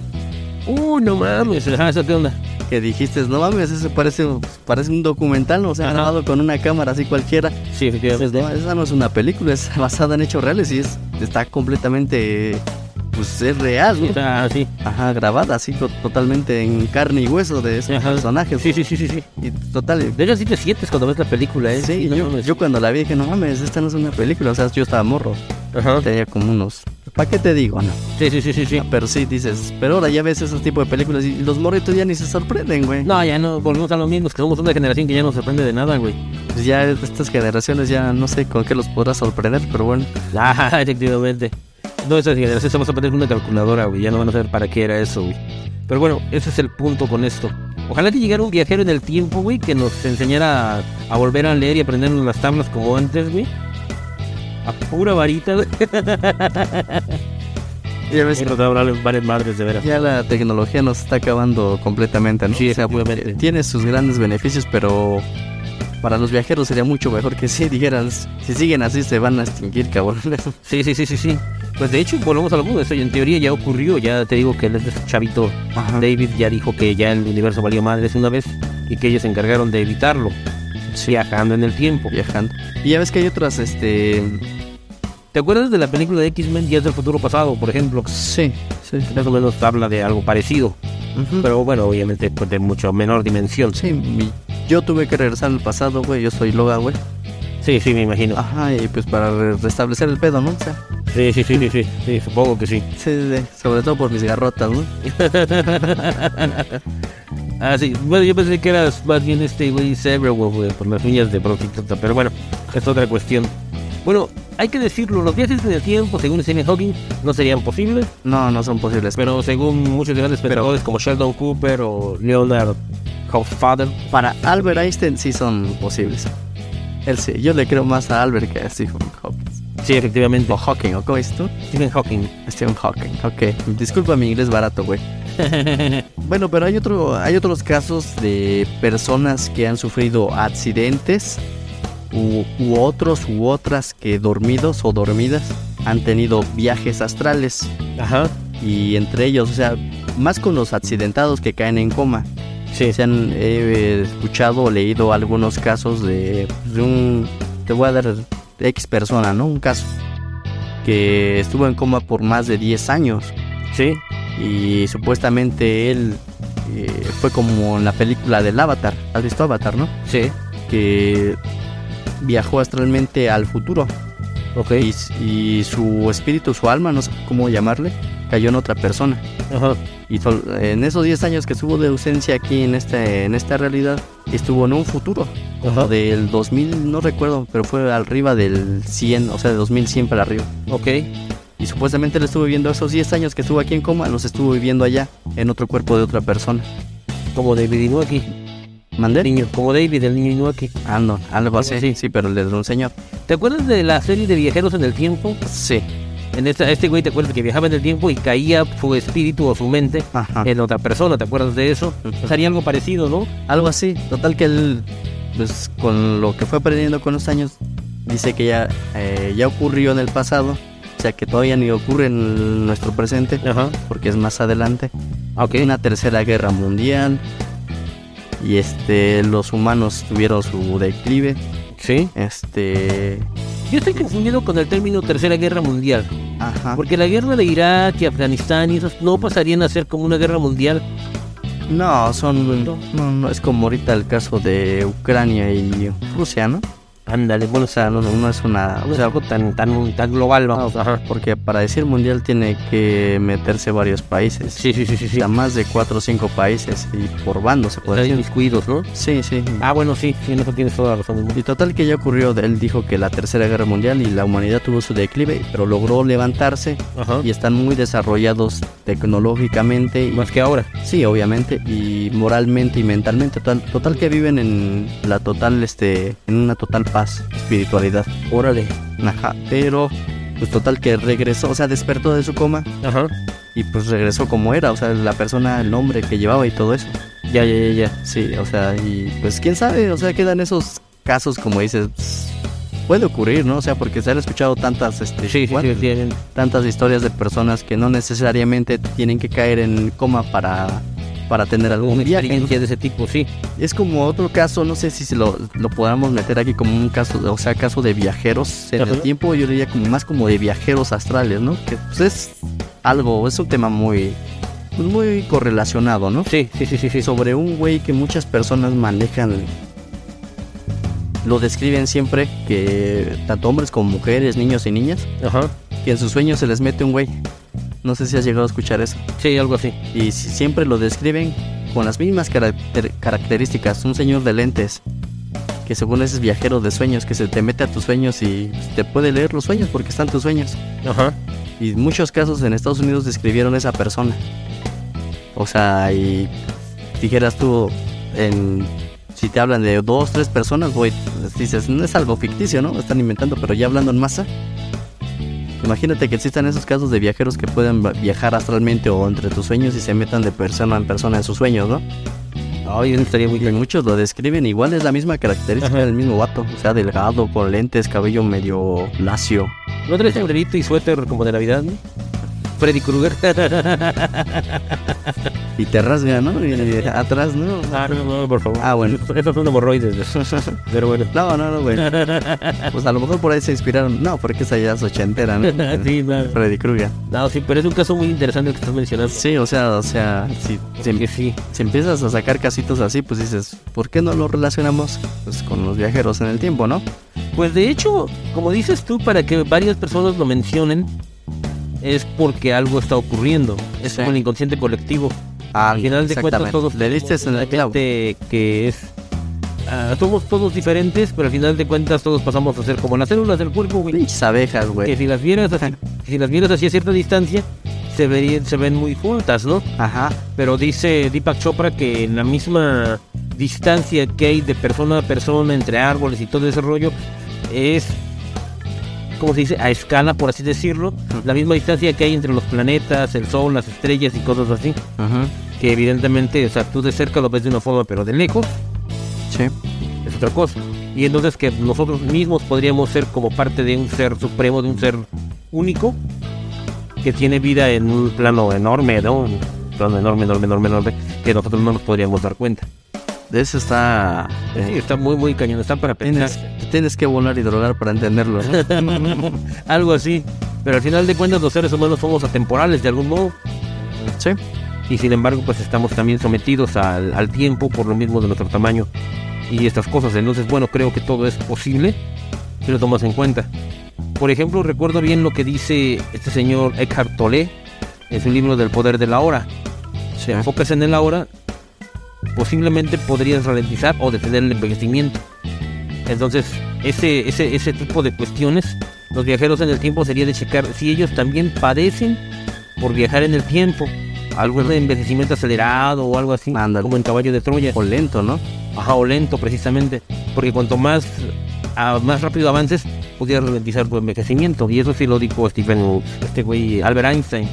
Speaker 2: No mames, ¿eso qué onda?
Speaker 3: Que dijiste, no mames, eso parece un documental, ¿no? O sea, grabado con una cámara así cualquiera.
Speaker 2: Sí, efectivamente.
Speaker 3: Pues, no, esa no es una película, es basada en hechos reales y está completamente, pues es real, ¿no?
Speaker 2: Sí.
Speaker 3: Ajá, grabada así totalmente en carne y hueso de esos personajes.
Speaker 2: Sí.
Speaker 3: Y total.
Speaker 2: De hecho sí te sientes cuando ves la película, ¿eh?
Speaker 3: Sí, yo cuando la vi dije, no mames, esta no es una película, o sea, yo estaba morro. Ajá. Tenía como unos... ¿Para qué te digo? No.
Speaker 2: Sí.
Speaker 3: Pero sí, dices, pero ahora ya ves ese tipo de películas y los morritos ya ni se sorprenden, güey.
Speaker 2: No, ya no, volvemos a lo mismo, que somos una generación que ya no se sorprende de nada, güey.
Speaker 3: Pues ya estas generaciones ya no sé con qué los podrás sorprender, pero bueno.
Speaker 2: Efectivamente. No, esas generaciones vamos a poner una calculadora, güey. Ya no van a saber para qué era eso, güey. Pero bueno, ese es el punto con esto. Ojalá que llegara un viajero en el tiempo, güey, que nos enseñara a volver a leer y aprendernos las tablas como antes, güey. A pura varita, güey.
Speaker 3: Ya ves,
Speaker 2: varias madres, de veras.
Speaker 3: ya la tecnología nos está acabando completamente, ¿no?
Speaker 2: Sí,
Speaker 3: O sea,
Speaker 2: efectivamente.
Speaker 3: tiene sus grandes beneficios, pero para los viajeros sería mucho mejor que si dijeran, si siguen así se van a extinguir, cabrón.
Speaker 2: Sí. Pues de hecho, volvemos a lo mismo. Eso en teoría ya ocurrió. Ya te digo que el chavito
Speaker 3: Ajá.
Speaker 2: David ya dijo que ya el universo valió madres una vez y que ellos se encargaron de evitarlo. Viajando en el tiempo.
Speaker 3: Viajando. Y ya ves que hay otras,
Speaker 2: ¿Te acuerdas de la película de X-Men Días del Futuro Pasado, por ejemplo?
Speaker 3: Sí.
Speaker 2: Más o menos habla de algo parecido.
Speaker 3: Ujú.
Speaker 2: Pero bueno, obviamente pues, de mucho menor dimensión.
Speaker 3: Sí, yo tuve que regresar al pasado, güey. Yo soy Loga, güey.
Speaker 2: Sí, me imagino.
Speaker 3: Ajá, y pues para restablecer el pedo, ¿no? O sea,
Speaker 2: Sí, supongo que sí.
Speaker 3: sí, sobre todo por mis garrotas, ¿no?
Speaker 2: Ah, sí. Bueno, yo pensé que eras más bien güey Severwolf, güey, por las uñas de prostituta. Pero bueno, es otra cuestión. Bueno, hay que decirlo, los viajes en el tiempo, según Stephen Hawking, no serían posibles.
Speaker 3: No son posibles.
Speaker 2: Pero según muchos grandes pensadores como Sheldon Cooper o Leonard Hofstadter,
Speaker 3: Para Albert Einstein sí son posibles. Él sí, yo le creo más a Albert que a Stephen Hawking.
Speaker 2: sí, efectivamente.
Speaker 3: O Hawking, ¿o cómo dices tú?
Speaker 2: Stephen Hawking.
Speaker 3: Stephen Hawking, ok. Disculpa mi inglés barato, güey. Bueno, pero hay otros casos de personas que han sufrido accidentes u otras que dormidos o dormidas han tenido viajes astrales.
Speaker 2: Ajá.
Speaker 3: Y entre ellos, o sea, más con los accidentados que caen en coma.
Speaker 2: Sí.
Speaker 3: Se han escuchado o leído algunos casos de un... Te voy a dar X persona, ¿no? Un caso que estuvo en coma por más de 10 años.
Speaker 2: Sí.
Speaker 3: Y supuestamente él fue como en la película del Avatar. ¿Has visto Avatar, no?
Speaker 2: Sí.
Speaker 3: Que viajó astralmente al futuro.
Speaker 2: Ok.
Speaker 3: Y su espíritu, su alma, no sé cómo llamarle, cayó en otra persona.
Speaker 2: Ajá.
Speaker 3: Y en esos 10 años que estuvo de ausencia aquí en esta realidad, estuvo en un futuro.
Speaker 2: Ajá.
Speaker 3: Del 2000, no recuerdo, pero fue arriba del 100, o sea, de 2100 para arriba.
Speaker 2: Ok.
Speaker 3: Y supuestamente él estuvo viviendo esos 10 años que estuvo aquí en coma, los estuvo viviendo allá, en otro cuerpo de otra persona.
Speaker 2: Como David Inuaki.
Speaker 3: ¿Mandé?
Speaker 2: Niño. Como David, el niño Inuaki.
Speaker 3: Ah, no, algo así.
Speaker 2: Sí.
Speaker 3: Sí, pero el de un señor.
Speaker 2: ¿Te acuerdas de la serie de Viajeros en el Tiempo?
Speaker 3: Sí.
Speaker 2: En este güey, ¿te acuerdas que viajaba en el tiempo y caía su espíritu o su mente
Speaker 3: Ajá.
Speaker 2: en otra persona? ¿Te acuerdas de eso?
Speaker 3: Ujú.
Speaker 2: Sería algo parecido, ¿no?
Speaker 3: Algo así. Total que él, pues con lo que fue aprendiendo con los años, dice que ya ocurrió en el pasado. O sea que todavía ni ocurre en nuestro presente,
Speaker 2: Ajá.
Speaker 3: porque es más adelante.
Speaker 2: Ok.
Speaker 3: Una tercera guerra mundial. Y los humanos tuvieron su declive.
Speaker 2: Sí. Yo estoy confundido con el término Tercera Guerra Mundial.
Speaker 3: Ajá.
Speaker 2: Porque la guerra de Irak y Afganistán y esos no pasarían a ser como una guerra mundial.
Speaker 3: No, no es como ahorita el caso de Ucrania y Rusia, ¿no?
Speaker 2: Ándale, bueno,
Speaker 3: O sea, no es una...
Speaker 2: o sea, algo tan global, vamos. Ajá.
Speaker 3: Porque para decir mundial tiene que meterse varios países.
Speaker 2: Sí.
Speaker 3: O sea, más de 4 o 5 países y por bando se puede
Speaker 2: Están
Speaker 3: decir.
Speaker 2: inmiscuidos, ¿no?
Speaker 3: Sí.
Speaker 2: Ah, bueno, sí, en eso tienes toda la razón del mundo.
Speaker 3: Y total que ya ocurrió, él dijo que la tercera guerra mundial y la humanidad tuvo su declive, pero logró levantarse
Speaker 2: Ajá.
Speaker 3: y están muy desarrollados tecnológicamente. Y,
Speaker 2: Más que ahora.
Speaker 3: sí, obviamente, y moralmente y mentalmente. Total que viven en la total, en una total paz, espiritualidad.
Speaker 2: Órale.
Speaker 3: Ajá, pero pues total que regresó, o sea, despertó de su coma
Speaker 2: Ajá.
Speaker 3: y pues regresó como era, o sea, la persona, el nombre que llevaba y todo eso.
Speaker 2: Ya.
Speaker 3: Sí, o sea, y pues quién sabe, o sea, quedan esos casos como dices, puede ocurrir, ¿no? O sea, porque se han escuchado tantas,
Speaker 2: Sí,
Speaker 3: tantas historias de personas que no necesariamente tienen que caer en coma para tener algún
Speaker 2: Una
Speaker 3: viaje, ¿no?
Speaker 2: experiencia de ese tipo, sí.
Speaker 3: Es como otro caso, no sé si lo podamos meter aquí como un caso, o sea, caso de viajeros en el
Speaker 2: Ajá.
Speaker 3: tiempo, yo diría como más como de viajeros astrales, ¿no? Que pues es un tema muy correlacionado, ¿no?
Speaker 2: Sí.
Speaker 3: Sobre un güey que muchas personas manejan, lo describen siempre, que tanto hombres como mujeres, niños y niñas,
Speaker 2: Ajá.
Speaker 3: que en sus sueños se les mete un güey. No sé si has llegado a escuchar eso.
Speaker 2: Sí, algo así.
Speaker 3: Y siempre lo describen con las mismas características. Un señor de lentes, que según ese es viajero de sueños, que se te mete a tus sueños y te puede leer los sueños porque están tus sueños.
Speaker 2: Ajá.
Speaker 3: Y muchos casos en Estados Unidos describieron a esa persona. O sea, y dijeras tú, si te hablan de 2, 3 personas, dices, no es algo ficticio, ¿no? Están inventando, pero ya hablando en masa. Imagínate que existan esos casos de viajeros que pueden viajar astralmente o entre tus sueños y se metan de persona en persona en sus sueños, ¿no?
Speaker 2: Ay, eso estaría muy
Speaker 3: Y
Speaker 2: bien.
Speaker 3: muchos lo describen, igual es la misma característica del mismo vato. O sea, delgado, con lentes, cabello medio lacio.
Speaker 2: ¿No traes sombrerito y suéter como de Navidad, no? Freddy Krueger.
Speaker 3: Y te rasga, ¿no? Y atrás, ¿no?
Speaker 2: No, por favor.
Speaker 3: Ah, bueno.
Speaker 2: Esos son hemorroides. Pero bueno.
Speaker 3: No, güey. Pues a lo mejor por ahí se inspiraron. No, porque esa ya es ochentera, ¿no?
Speaker 2: Sí, claro.
Speaker 3: Freddy Krueger.
Speaker 2: No, sí, pero es un caso muy interesante el que estás mencionando.
Speaker 3: Sí, o sea, si
Speaker 2: Sí.
Speaker 3: empiezas a sacar casitos así, pues dices, ¿por qué no lo relacionamos pues con los viajeros en el tiempo, no?
Speaker 2: Pues de hecho, como dices tú, para que varias personas lo mencionen, es porque algo está ocurriendo. Es
Speaker 3: Sí.
Speaker 2: como el inconsciente colectivo.
Speaker 3: Ah,
Speaker 2: Al final de cuentas, todos
Speaker 3: le diste en el clavo.
Speaker 2: que es somos todos diferentes, pero al final de cuentas todos pasamos a ser como las células del cuerpo, güey.
Speaker 3: Pinches abejas,
Speaker 2: Que
Speaker 3: güey.
Speaker 2: si las vieras así a cierta distancia, se ven muy juntas, ¿no?
Speaker 3: Ajá.
Speaker 2: Pero dice Deepak Chopra que en la misma distancia que hay de persona a persona entre árboles y todo ese rollo es, ¿cómo se dice? A escala, por así decirlo, la misma distancia que hay entre los planetas, el sol, las estrellas y cosas así.
Speaker 3: Ajá.
Speaker 2: Que evidentemente, o sea, tú de cerca lo ves de una forma, pero de lejos
Speaker 3: Sí.
Speaker 2: es otra cosa. Y entonces que nosotros mismos podríamos ser como parte de un ser supremo, de un ser único, que tiene vida en un plano enorme, ¿no? Un plano enorme, que nosotros no nos podríamos dar cuenta.
Speaker 3: De eso está...
Speaker 2: Sí, está muy cañón, está para pensar.
Speaker 3: Tienes que volar y drogar para entenderlo, ¿no?
Speaker 2: Algo así. Pero al final de cuentas los seres humanos somos atemporales de algún modo.
Speaker 3: Sí.
Speaker 2: Y sin embargo pues estamos también sometidos al tiempo por lo mismo de nuestro tamaño y estas cosas. Entonces bueno, creo que todo es posible si lo tomas en cuenta. Por ejemplo, recuerdo bien lo que dice este señor Eckhart Tolle en su libro del poder de la hora. Si enfocas en el ahora, posiblemente podrías ralentizar o detener el envejecimiento. Entonces ese tipo de cuestiones, los viajeros en el tiempo sería de checar si ellos también padecen por viajar en el tiempo, algo de envejecimiento acelerado o algo así.
Speaker 3: Ándale.
Speaker 2: Como en Caballo de Troya.
Speaker 3: O lento, ¿no?
Speaker 2: Ajá, o lento precisamente, porque cuanto más rápido avances, podrías ralentizar tu envejecimiento. Y eso sí lo dijo Albert Einstein.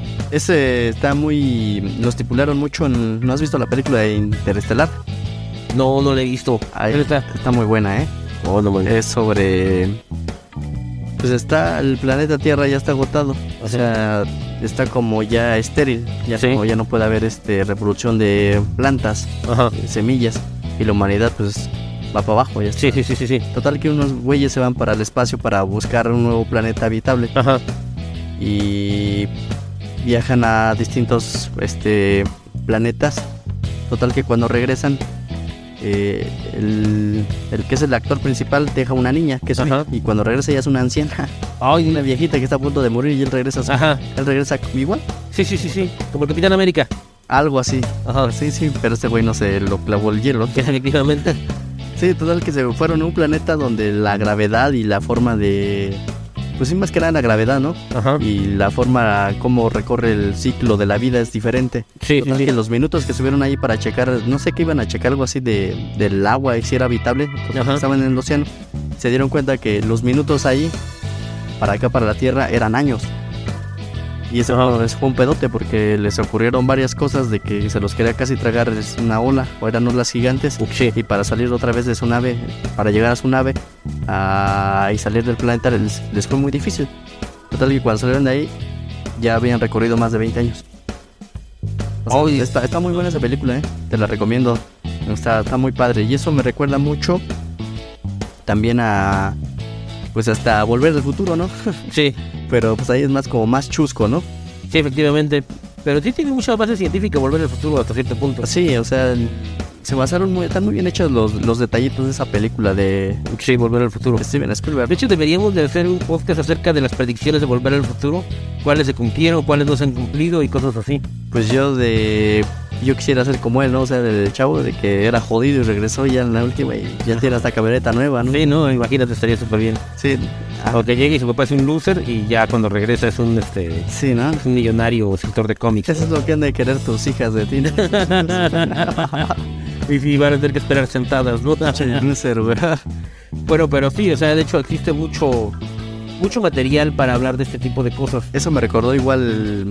Speaker 3: Ese está muy... Lo estipularon mucho en... ¿No has visto la película de Interestelar?
Speaker 2: No lo he visto.
Speaker 3: Ahí
Speaker 2: ¿Dónde está?
Speaker 3: está muy buena, ¿eh?
Speaker 2: Oh, no me...
Speaker 3: Es sobre... Pues el planeta Tierra ya está agotado. O sea, está como ya estéril. Ya,
Speaker 2: Sí.
Speaker 3: como ya no puede haber reproducción de plantas,
Speaker 2: Ajá.
Speaker 3: semillas. Y la humanidad pues va para abajo. Ya está.
Speaker 2: Sí.
Speaker 3: Total que unos güeyes se van para el espacio para buscar un nuevo planeta habitable.
Speaker 2: Ajá.
Speaker 3: Y viajan a distintos planetas. Total que cuando regresan, el que es el actor principal deja una niña que es
Speaker 2: Ajá.
Speaker 3: y cuando regresa ya es una anciana,
Speaker 2: Ay,
Speaker 3: una viejita que está a punto de morir y él regresa
Speaker 2: Ajá.
Speaker 3: igual,
Speaker 2: Sí. Como el Capitán América.
Speaker 3: algo así.
Speaker 2: Ajá.
Speaker 3: Sí, pero este güey no se lo clavó el hielo.
Speaker 2: Efectivamente.
Speaker 3: Sí, total que se fueron a un planeta donde la gravedad y la forma de... Pues sí, más que nada la gravedad, ¿no?
Speaker 2: Ajá.
Speaker 3: Y la forma como recorre el ciclo de la vida es diferente.
Speaker 2: Sí.
Speaker 3: Total que los minutos que estuvieron ahí para checar, no sé qué iban a checar, algo así del agua y si era habitable, porque
Speaker 2: Ajá.
Speaker 3: estaban en el océano, se dieron cuenta que los minutos ahí, para acá, para la Tierra, eran años. Y eso fue un pedote porque les ocurrieron varias cosas de que se los quería casi tragar una ola, o eran olas gigantes.
Speaker 2: Sí.
Speaker 3: Y para salir otra vez de su nave, para llegar a su nave y salir del planeta les fue muy difícil. Total que cuando salieron de ahí ya habían recorrido más de 20 años. O sea, está muy buena esa película, te la recomiendo. Está muy padre. Y eso me recuerda mucho también pues hasta Volver al Futuro, ¿no?
Speaker 2: Sí.
Speaker 3: Pero pues ahí es más como más chusco, ¿no?
Speaker 2: Sí, efectivamente. Pero sí tiene mucha base científica Volver al Futuro hasta cierto punto.
Speaker 3: Sí, o sea, están muy bien hechos los detallitos de esa película de
Speaker 2: Sí, Volver al Futuro.
Speaker 3: Steven Spielberg.
Speaker 2: De hecho, deberíamos de hacer un podcast acerca de las predicciones de Volver al Futuro. Cuáles se cumplieron, cuáles no se han cumplido y cosas así.
Speaker 3: Pues yo de Yo quisiera ser como él, ¿no? O sea, del chavo de que era jodido y regresó ya en la última y ya tiene hasta camioneta nueva, ¿no?
Speaker 2: Sí, ¿no? Imagínate, estaría súper bien.
Speaker 3: Sí.
Speaker 2: O que llegue y su papá es un loser y ya cuando regresa es un
Speaker 3: Sí, ¿no?
Speaker 2: es un millonario escritor de cómics.
Speaker 3: Eso es lo que han de querer tus hijas de ti, ¿no?
Speaker 2: Y sí, van a tener que esperar sentadas, ¿no?
Speaker 3: Loser, güey.
Speaker 2: Bueno, pero sí, o sea, de hecho existe mucho material para hablar de este tipo de cosas.
Speaker 3: Eso me recordó igual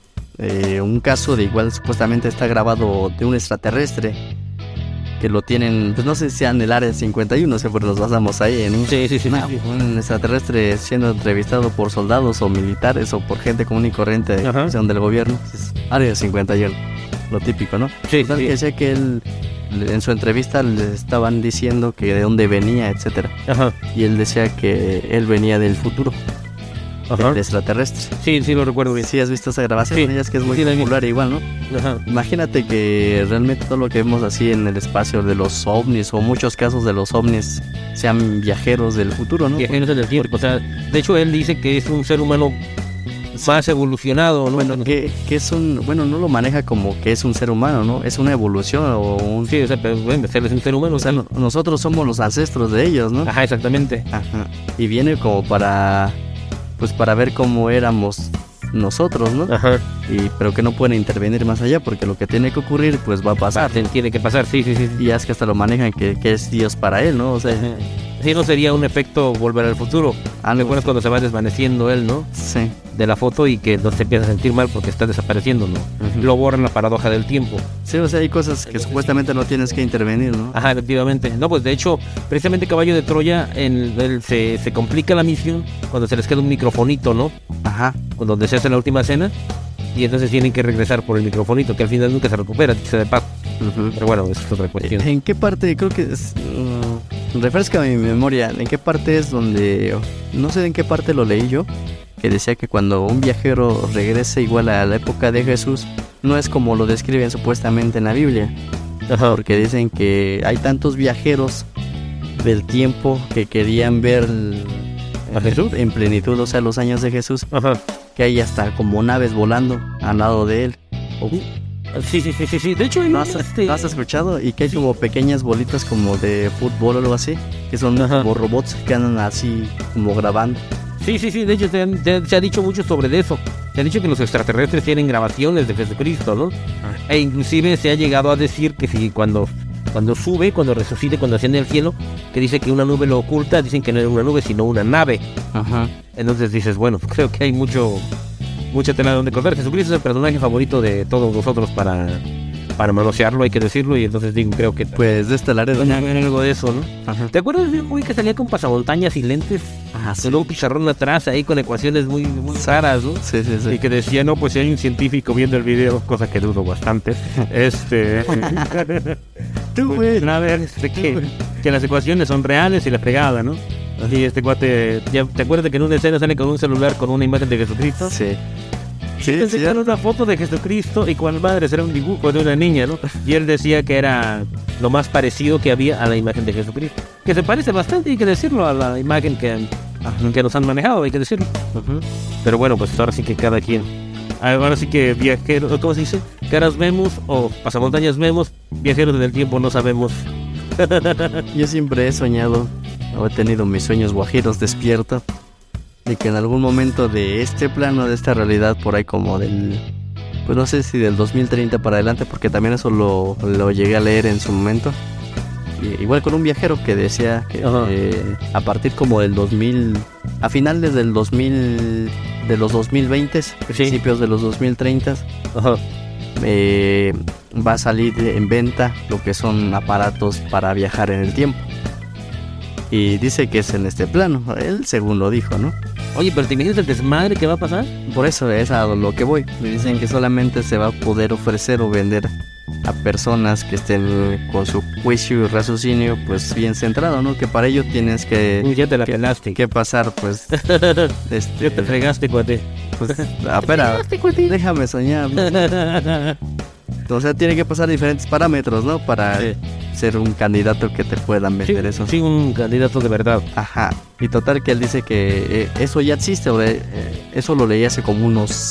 Speaker 3: un caso de igual supuestamente está grabado de un extraterrestre que lo tienen, pues no sé si sea en el área 51, siempre nos basamos ahí, ¿no?
Speaker 2: Sí.
Speaker 3: Un extraterrestre siendo entrevistado por soldados o militares o por gente común y corriente del gobierno. Es área 51, lo típico, ¿no?
Speaker 2: Sí.
Speaker 3: Que decía que él, en su entrevista le estaban diciendo que de dónde venía, etcétera.
Speaker 2: Ajá.
Speaker 3: Y él decía que él venía del futuro.
Speaker 2: Ajá.
Speaker 3: El extraterrestre.
Speaker 2: Sí, lo recuerdo bien.
Speaker 3: Sí, has visto esa grabación.
Speaker 2: Sí.
Speaker 3: Es que es muy
Speaker 2: Sí,
Speaker 3: popular igual, ¿no?
Speaker 2: Ajá.
Speaker 3: Imagínate que realmente todo lo que vemos así en el espacio de los ovnis o muchos casos de los ovnis sean viajeros del futuro, ¿no?
Speaker 2: Viajeros del tiempo. O sea, de hecho él dice que es un ser humano más evolucionado, ¿no?
Speaker 3: Bueno, que es un... Bueno, no lo maneja como que es un ser humano, ¿no? Es una evolución o un...
Speaker 2: Sí, o sea, pero bueno, es un ser humano.
Speaker 3: O sea, nosotros somos los ancestros de ellos, ¿no?
Speaker 2: Ajá, exactamente.
Speaker 3: Ajá. Y viene como para... Pues para ver cómo éramos nosotros, ¿no?
Speaker 2: Ajá.
Speaker 3: Pero que no pueden intervenir más allá porque lo que tiene que ocurrir pues va a pasar.
Speaker 2: Tiene que pasar, sí.
Speaker 3: Y es que hasta lo manejan que es Dios para él, ¿no? O sea,
Speaker 2: sí, no sería un efecto volver al futuro. ¿Recuerdas cuando se va desvaneciendo él, no?
Speaker 3: Sí.
Speaker 2: De la foto y que no se empieza a sentir mal porque está desapareciendo, ¿no? Lo borran la paradoja del tiempo.
Speaker 3: Sí, o sea, hay cosas que supuestamente no tienes que intervenir, ¿no?
Speaker 2: Ajá, efectivamente. No, pues de hecho, precisamente Caballo de Troya se complica la misión cuando se les queda un microfonito, ¿no?
Speaker 3: Ajá.
Speaker 2: Donde se hace la última cena y entonces tienen que regresar por el microfonito, que al final nunca se recupera, se de paz. Pero bueno, eso es otra cuestión.
Speaker 3: ¿En qué parte? Creo que es... refresca mi memoria. ¿En qué parte es donde... No sé en qué parte lo leí yo, que decía que cuando un viajero regrese igual a la época de Jesús, no es como lo describen supuestamente en la Biblia.
Speaker 2: Ajá.
Speaker 3: Porque dicen que hay tantos viajeros del tiempo que querían ver
Speaker 2: ¿A Jesús?
Speaker 3: En plenitud, o sea, los años de Jesús.
Speaker 2: Ajá.
Speaker 3: Que hay hasta como naves volando al lado de él.
Speaker 2: Sí. De hecho,
Speaker 3: ¿No has escuchado? Y que hay como pequeñas bolitas como de fútbol o algo así, que son como robots que andan así como grabando.
Speaker 2: Sí. De hecho, se ha dicho mucho sobre eso. Se ha dicho que los extraterrestres tienen grabaciones de Jesucristo, ¿no? E inclusive se ha llegado a decir que si cuando sube, cuando resucite, cuando asciende al cielo, que dice que una nube lo oculta, dicen que no era una nube, sino una nave.
Speaker 3: Ajá.
Speaker 2: Entonces dices, bueno, creo que hay mucha tela donde cortar. Jesucristo es el personaje favorito de todos nosotros para manosearlo, hay que decirlo, y entonces digo, creo que...
Speaker 3: Pues de este Laredo.
Speaker 2: Algo de eso, ¿no?
Speaker 3: Ajá.
Speaker 2: ¿Te acuerdas de un güey que salía con pasamontañas y lentes?
Speaker 3: Ajá, sí.
Speaker 2: Con un pizarrón atrás ahí con ecuaciones muy raras, ¿no?
Speaker 3: Sí.
Speaker 2: Y que decía, no, pues si hay un científico viendo el video, cosa que dudo bastante.
Speaker 3: Tú, güey.
Speaker 2: A ver, que las ecuaciones son reales y la fregada, ¿no? Y este cuate, ¿te acuerdas que en una escena sale con un celular con una imagen de Jesucristo?
Speaker 3: Sí.
Speaker 2: Era una foto de Jesucristo y cual madre era un dibujo de una niña, ¿no? Y él decía que era lo más parecido que había a la imagen de Jesucristo. Que se parece bastante, hay que decirlo, a la imagen que nos han manejado, hay que decirlo. Pero bueno, pues ahora sí que cada quien. Ahora sí que viajeros, ¿cómo se dice? Caras vemos o pasamontañas vemos, viajeros del tiempo no sabemos.
Speaker 3: Yo siempre he soñado, o he tenido mis sueños guajiros despierto, de que en algún momento de este plano, de esta realidad, por ahí como del... Pues no sé si del 2030 para adelante, porque también eso lo llegué a leer en su momento. Igual con un viajero que decía que a partir como del 2000, a finales del 2000, de los 2020, principios de los 2030, va a salir en venta lo que son aparatos para viajar en el tiempo. Y dice que es en este plano, él según lo dijo, ¿no?
Speaker 2: Oye, pero ¿te imaginas el desmadre que va a pasar?
Speaker 3: Por eso es a lo que voy. Me dicen que solamente se va a poder ofrecer o vender a personas que estén con su juicio y raciocinio pues bien centrado, ¿no? Que para ello tienes que...
Speaker 2: Ya te la pelaste.
Speaker 3: ¿Qué pasar? Pues...
Speaker 2: Ya te fregaste, cuate.
Speaker 3: Pues, espera, déjame soñar, ¿no? O sea, tiene que pasar diferentes parámetros, ¿no? Para ser un candidato que te puedan vender eso.
Speaker 2: Sí, un candidato de verdad.
Speaker 3: Ajá. Y total que él dice que eso ya existe, eso lo leí hace como unos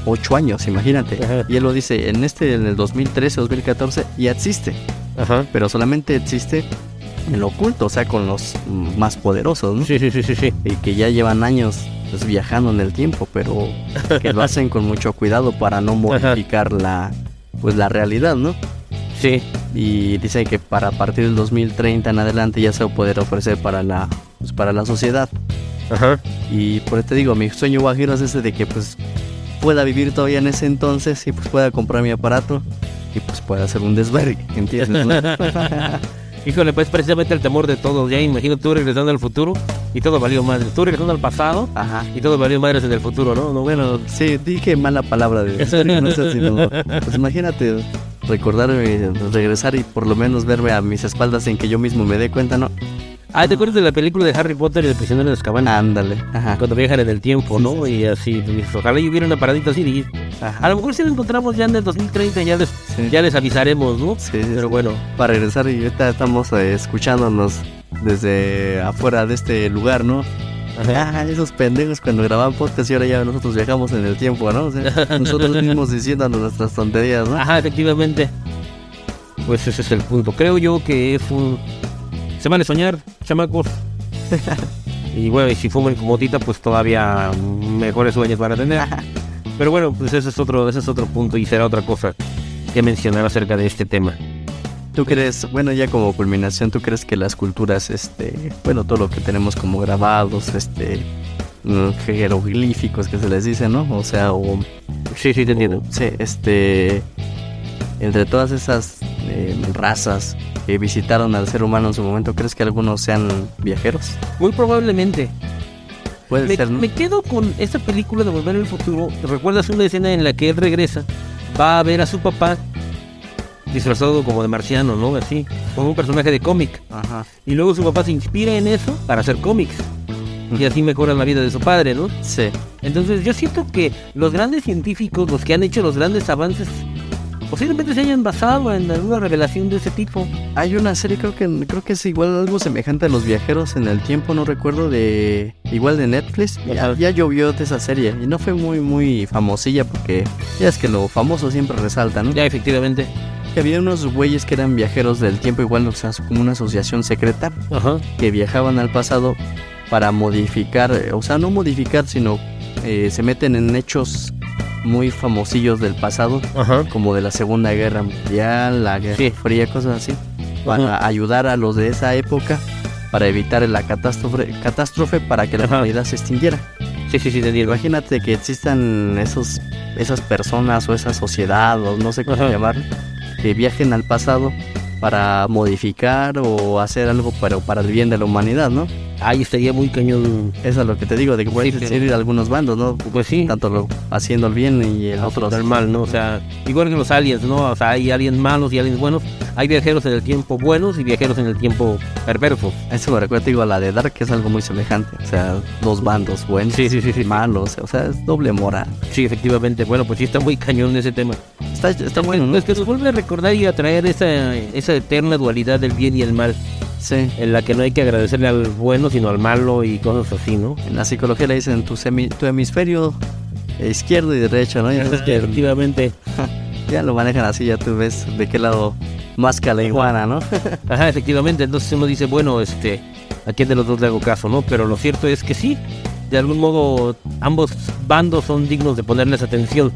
Speaker 3: 8 años, imagínate.
Speaker 2: Ajá.
Speaker 3: Y él lo dice, en el 2013, 2014, ya existe.
Speaker 2: Ajá.
Speaker 3: Pero solamente existe en lo oculto, o sea, con los más poderosos, ¿no?
Speaker 2: Sí.
Speaker 3: Y que ya llevan años pues, viajando en el tiempo, pero que lo hacen con mucho cuidado para no modificar la realidad, ¿no?
Speaker 2: Sí.
Speaker 3: Y dice que para partir del 2030 en adelante ya se va a poder ofrecer para la sociedad.
Speaker 2: Ajá.
Speaker 3: Y por eso te digo, mi sueño guajiro es ese de que pues pueda vivir todavía en ese entonces y pues pueda comprar mi aparato y pues pueda hacer un desvergue, ¿entiendes? ¿No?
Speaker 2: Híjole, pues precisamente el temor de todos. Ya imagino tú regresando al futuro y todo valió madre. Tú regresando al pasado
Speaker 3: Ajá.
Speaker 2: y todo valió madres en el futuro, ¿no? No, bueno.
Speaker 3: Sí, dije mala palabra de no sé si no. Pues imagínate recordarme, regresar y por lo menos verme a mis espaldas en que yo mismo me dé cuenta, ¿no?
Speaker 2: ¿te acuerdas de la película de Harry Potter y el prisionero de Azkaban?
Speaker 3: Ándale. Ajá.
Speaker 2: Cuando viajan en el tiempo, ¿no?
Speaker 3: Sí.
Speaker 2: Y así, pues, ojalá y hubiera una paradita así. Y
Speaker 3: Ajá.
Speaker 2: a lo mejor si lo encontramos ya en el 2030, ya les avisaremos, ¿no?
Speaker 3: Sí,
Speaker 2: Pero
Speaker 3: sí.
Speaker 2: bueno.
Speaker 3: Para regresar y ahorita estamos escuchándonos desde afuera de este lugar, ¿no?
Speaker 2: Ajá.
Speaker 3: Esos pendejos cuando grababan podcast y ahora ya nosotros viajamos en el tiempo, ¿no? O sea, nosotros mismos diciéndonos nuestras tonterías, ¿no?
Speaker 2: Ajá, efectivamente. Pues ese es el punto. Creo yo que es se van a soñar, chamacos. Y bueno, y si fuman como motita, pues todavía mejores sueños van a tener. Pero bueno, pues ese es otro punto y será otra cosa que mencionar acerca de este tema.
Speaker 3: ¿Tú crees, bueno, ya como culminación, tú crees que las culturas, bueno, todo lo que tenemos como grabados, jeroglíficos que se les dice, ¿no? O sea,
Speaker 2: Sí, te entiendo.
Speaker 3: sí, entre todas esas razas que visitaron al ser humano en su momento, ¿crees que algunos sean viajeros?
Speaker 2: Muy probablemente.
Speaker 3: Puede ser, ¿no?
Speaker 2: Me quedo con esta película de Volver al Futuro. ¿Recuerdas una escena en la que él regresa? Va a ver a su papá disfrazado como de marciano, ¿no? Así, como un personaje de cómic.
Speaker 3: Ajá.
Speaker 2: Y luego su papá se inspira en eso para hacer cómics. Y así mejora la vida de su padre, ¿no?
Speaker 3: Sí.
Speaker 2: Entonces yo siento que los grandes científicos, los que han hecho los grandes avances, posiblemente se hayan basado en alguna revelación de ese tipo.
Speaker 3: Hay una serie, creo que es igual algo semejante a los viajeros en el tiempo, no recuerdo, igual de Netflix. Ya llovió de esa serie y no fue muy muy famosilla porque ya es que lo famoso siempre resalta, ¿no?
Speaker 2: Ya, efectivamente.
Speaker 3: Que había unos güeyes que eran viajeros del tiempo, igual, o sea, como una asociación secreta,
Speaker 2: Ajá.
Speaker 3: que viajaban al pasado para modificar, o sea, no modificar, sino se meten en hechos muy famosillos del pasado,
Speaker 2: Ajá.
Speaker 3: como de la Segunda Guerra Mundial, la Guerra Fría, cosas así, para ayudar a los de esa época para evitar la catástrofe para que la humanidad se extinguiera.
Speaker 2: Sí, te entiendo.
Speaker 3: Imagínate que existan esas personas o esa sociedad, o no sé cómo llamarlo, que viajen al pasado para modificar o hacer algo para el bien de la humanidad, ¿no?
Speaker 2: Ahí estaría muy cañón.
Speaker 3: Eso es lo que te digo, de que pueden existir algunos bandos, ¿no?
Speaker 2: Pues sí.
Speaker 3: Tanto haciendo el bien y el otro
Speaker 2: el mal, ¿no? O sea, igual que los aliens, ¿no? O sea, hay aliens malos y aliens buenos. Hay viajeros en el tiempo buenos y viajeros en el tiempo perversos.
Speaker 3: Eso me recuerda, digo, a la de Dark, que es algo muy semejante. O sea, dos bandos buenos,
Speaker 2: sí.
Speaker 3: malos, o sea, es doble moral.
Speaker 2: Sí, efectivamente. Bueno, pues sí está muy cañón ese tema.
Speaker 3: Está bueno, ¿no?
Speaker 2: Es que nos vuelve a recordar y a traer esa eterna dualidad del bien y el mal.
Speaker 3: Sí.
Speaker 2: En la que no hay que agradecerle al bueno, sino al malo y cosas así, ¿no?
Speaker 3: En la psicología le dicen tu hemisferio izquierdo y derecho, ¿no? Y entonces,
Speaker 2: efectivamente.
Speaker 3: Ya lo manejan así, ya tú ves de qué lado más que a la iguana, ¿no?
Speaker 2: Ajá, efectivamente. Entonces uno dice, bueno, ¿a quién de los dos le hago caso, no? Pero lo cierto es que sí, de algún modo ambos bandos son dignos de ponerles atención.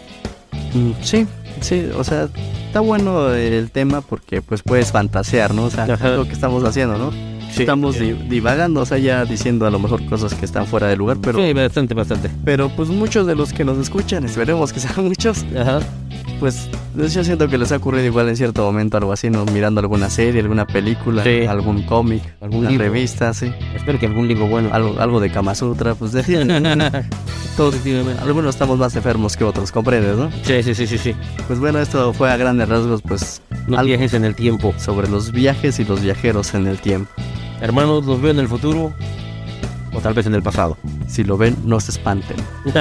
Speaker 3: Sí, o sea, está bueno el tema porque pues puedes fantasear, ¿no? O sea, es lo que estamos haciendo, ¿no? Sí, estamos divagando, o sea, ya diciendo a lo mejor cosas que están fuera de lugar, pero...
Speaker 2: Sí, bastante.
Speaker 3: Pero pues muchos de los que nos escuchan, esperemos que sean muchos,
Speaker 2: ajá,
Speaker 3: pues yo siento que les ha ocurrido igual en cierto momento algo así, ¿no? Mirando alguna serie, alguna película,
Speaker 2: sí,
Speaker 3: algún cómic, alguna revista, sí.
Speaker 2: Espero que algún libro bueno.
Speaker 3: Algo de Kama Sutra, pues todos, algunos estamos más enfermos que otros, ¿comprendes, no?
Speaker 2: Sí.
Speaker 3: Pues bueno, esto fue a grandes rasgos, pues...
Speaker 2: Los viajes en el tiempo.
Speaker 3: Sobre los viajes y los viajeros en el tiempo.
Speaker 2: Hermanos, los veo en el futuro o tal vez en el pasado.
Speaker 3: Si lo ven, no se espanten.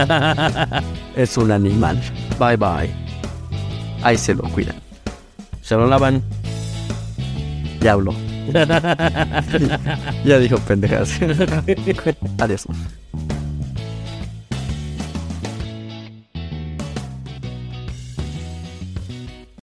Speaker 3: Es un animal.
Speaker 2: Bye.
Speaker 3: Ahí se lo cuidan.
Speaker 2: Se lo lavan.
Speaker 3: Ya habló. Ya dijo pendejadas. Adiós.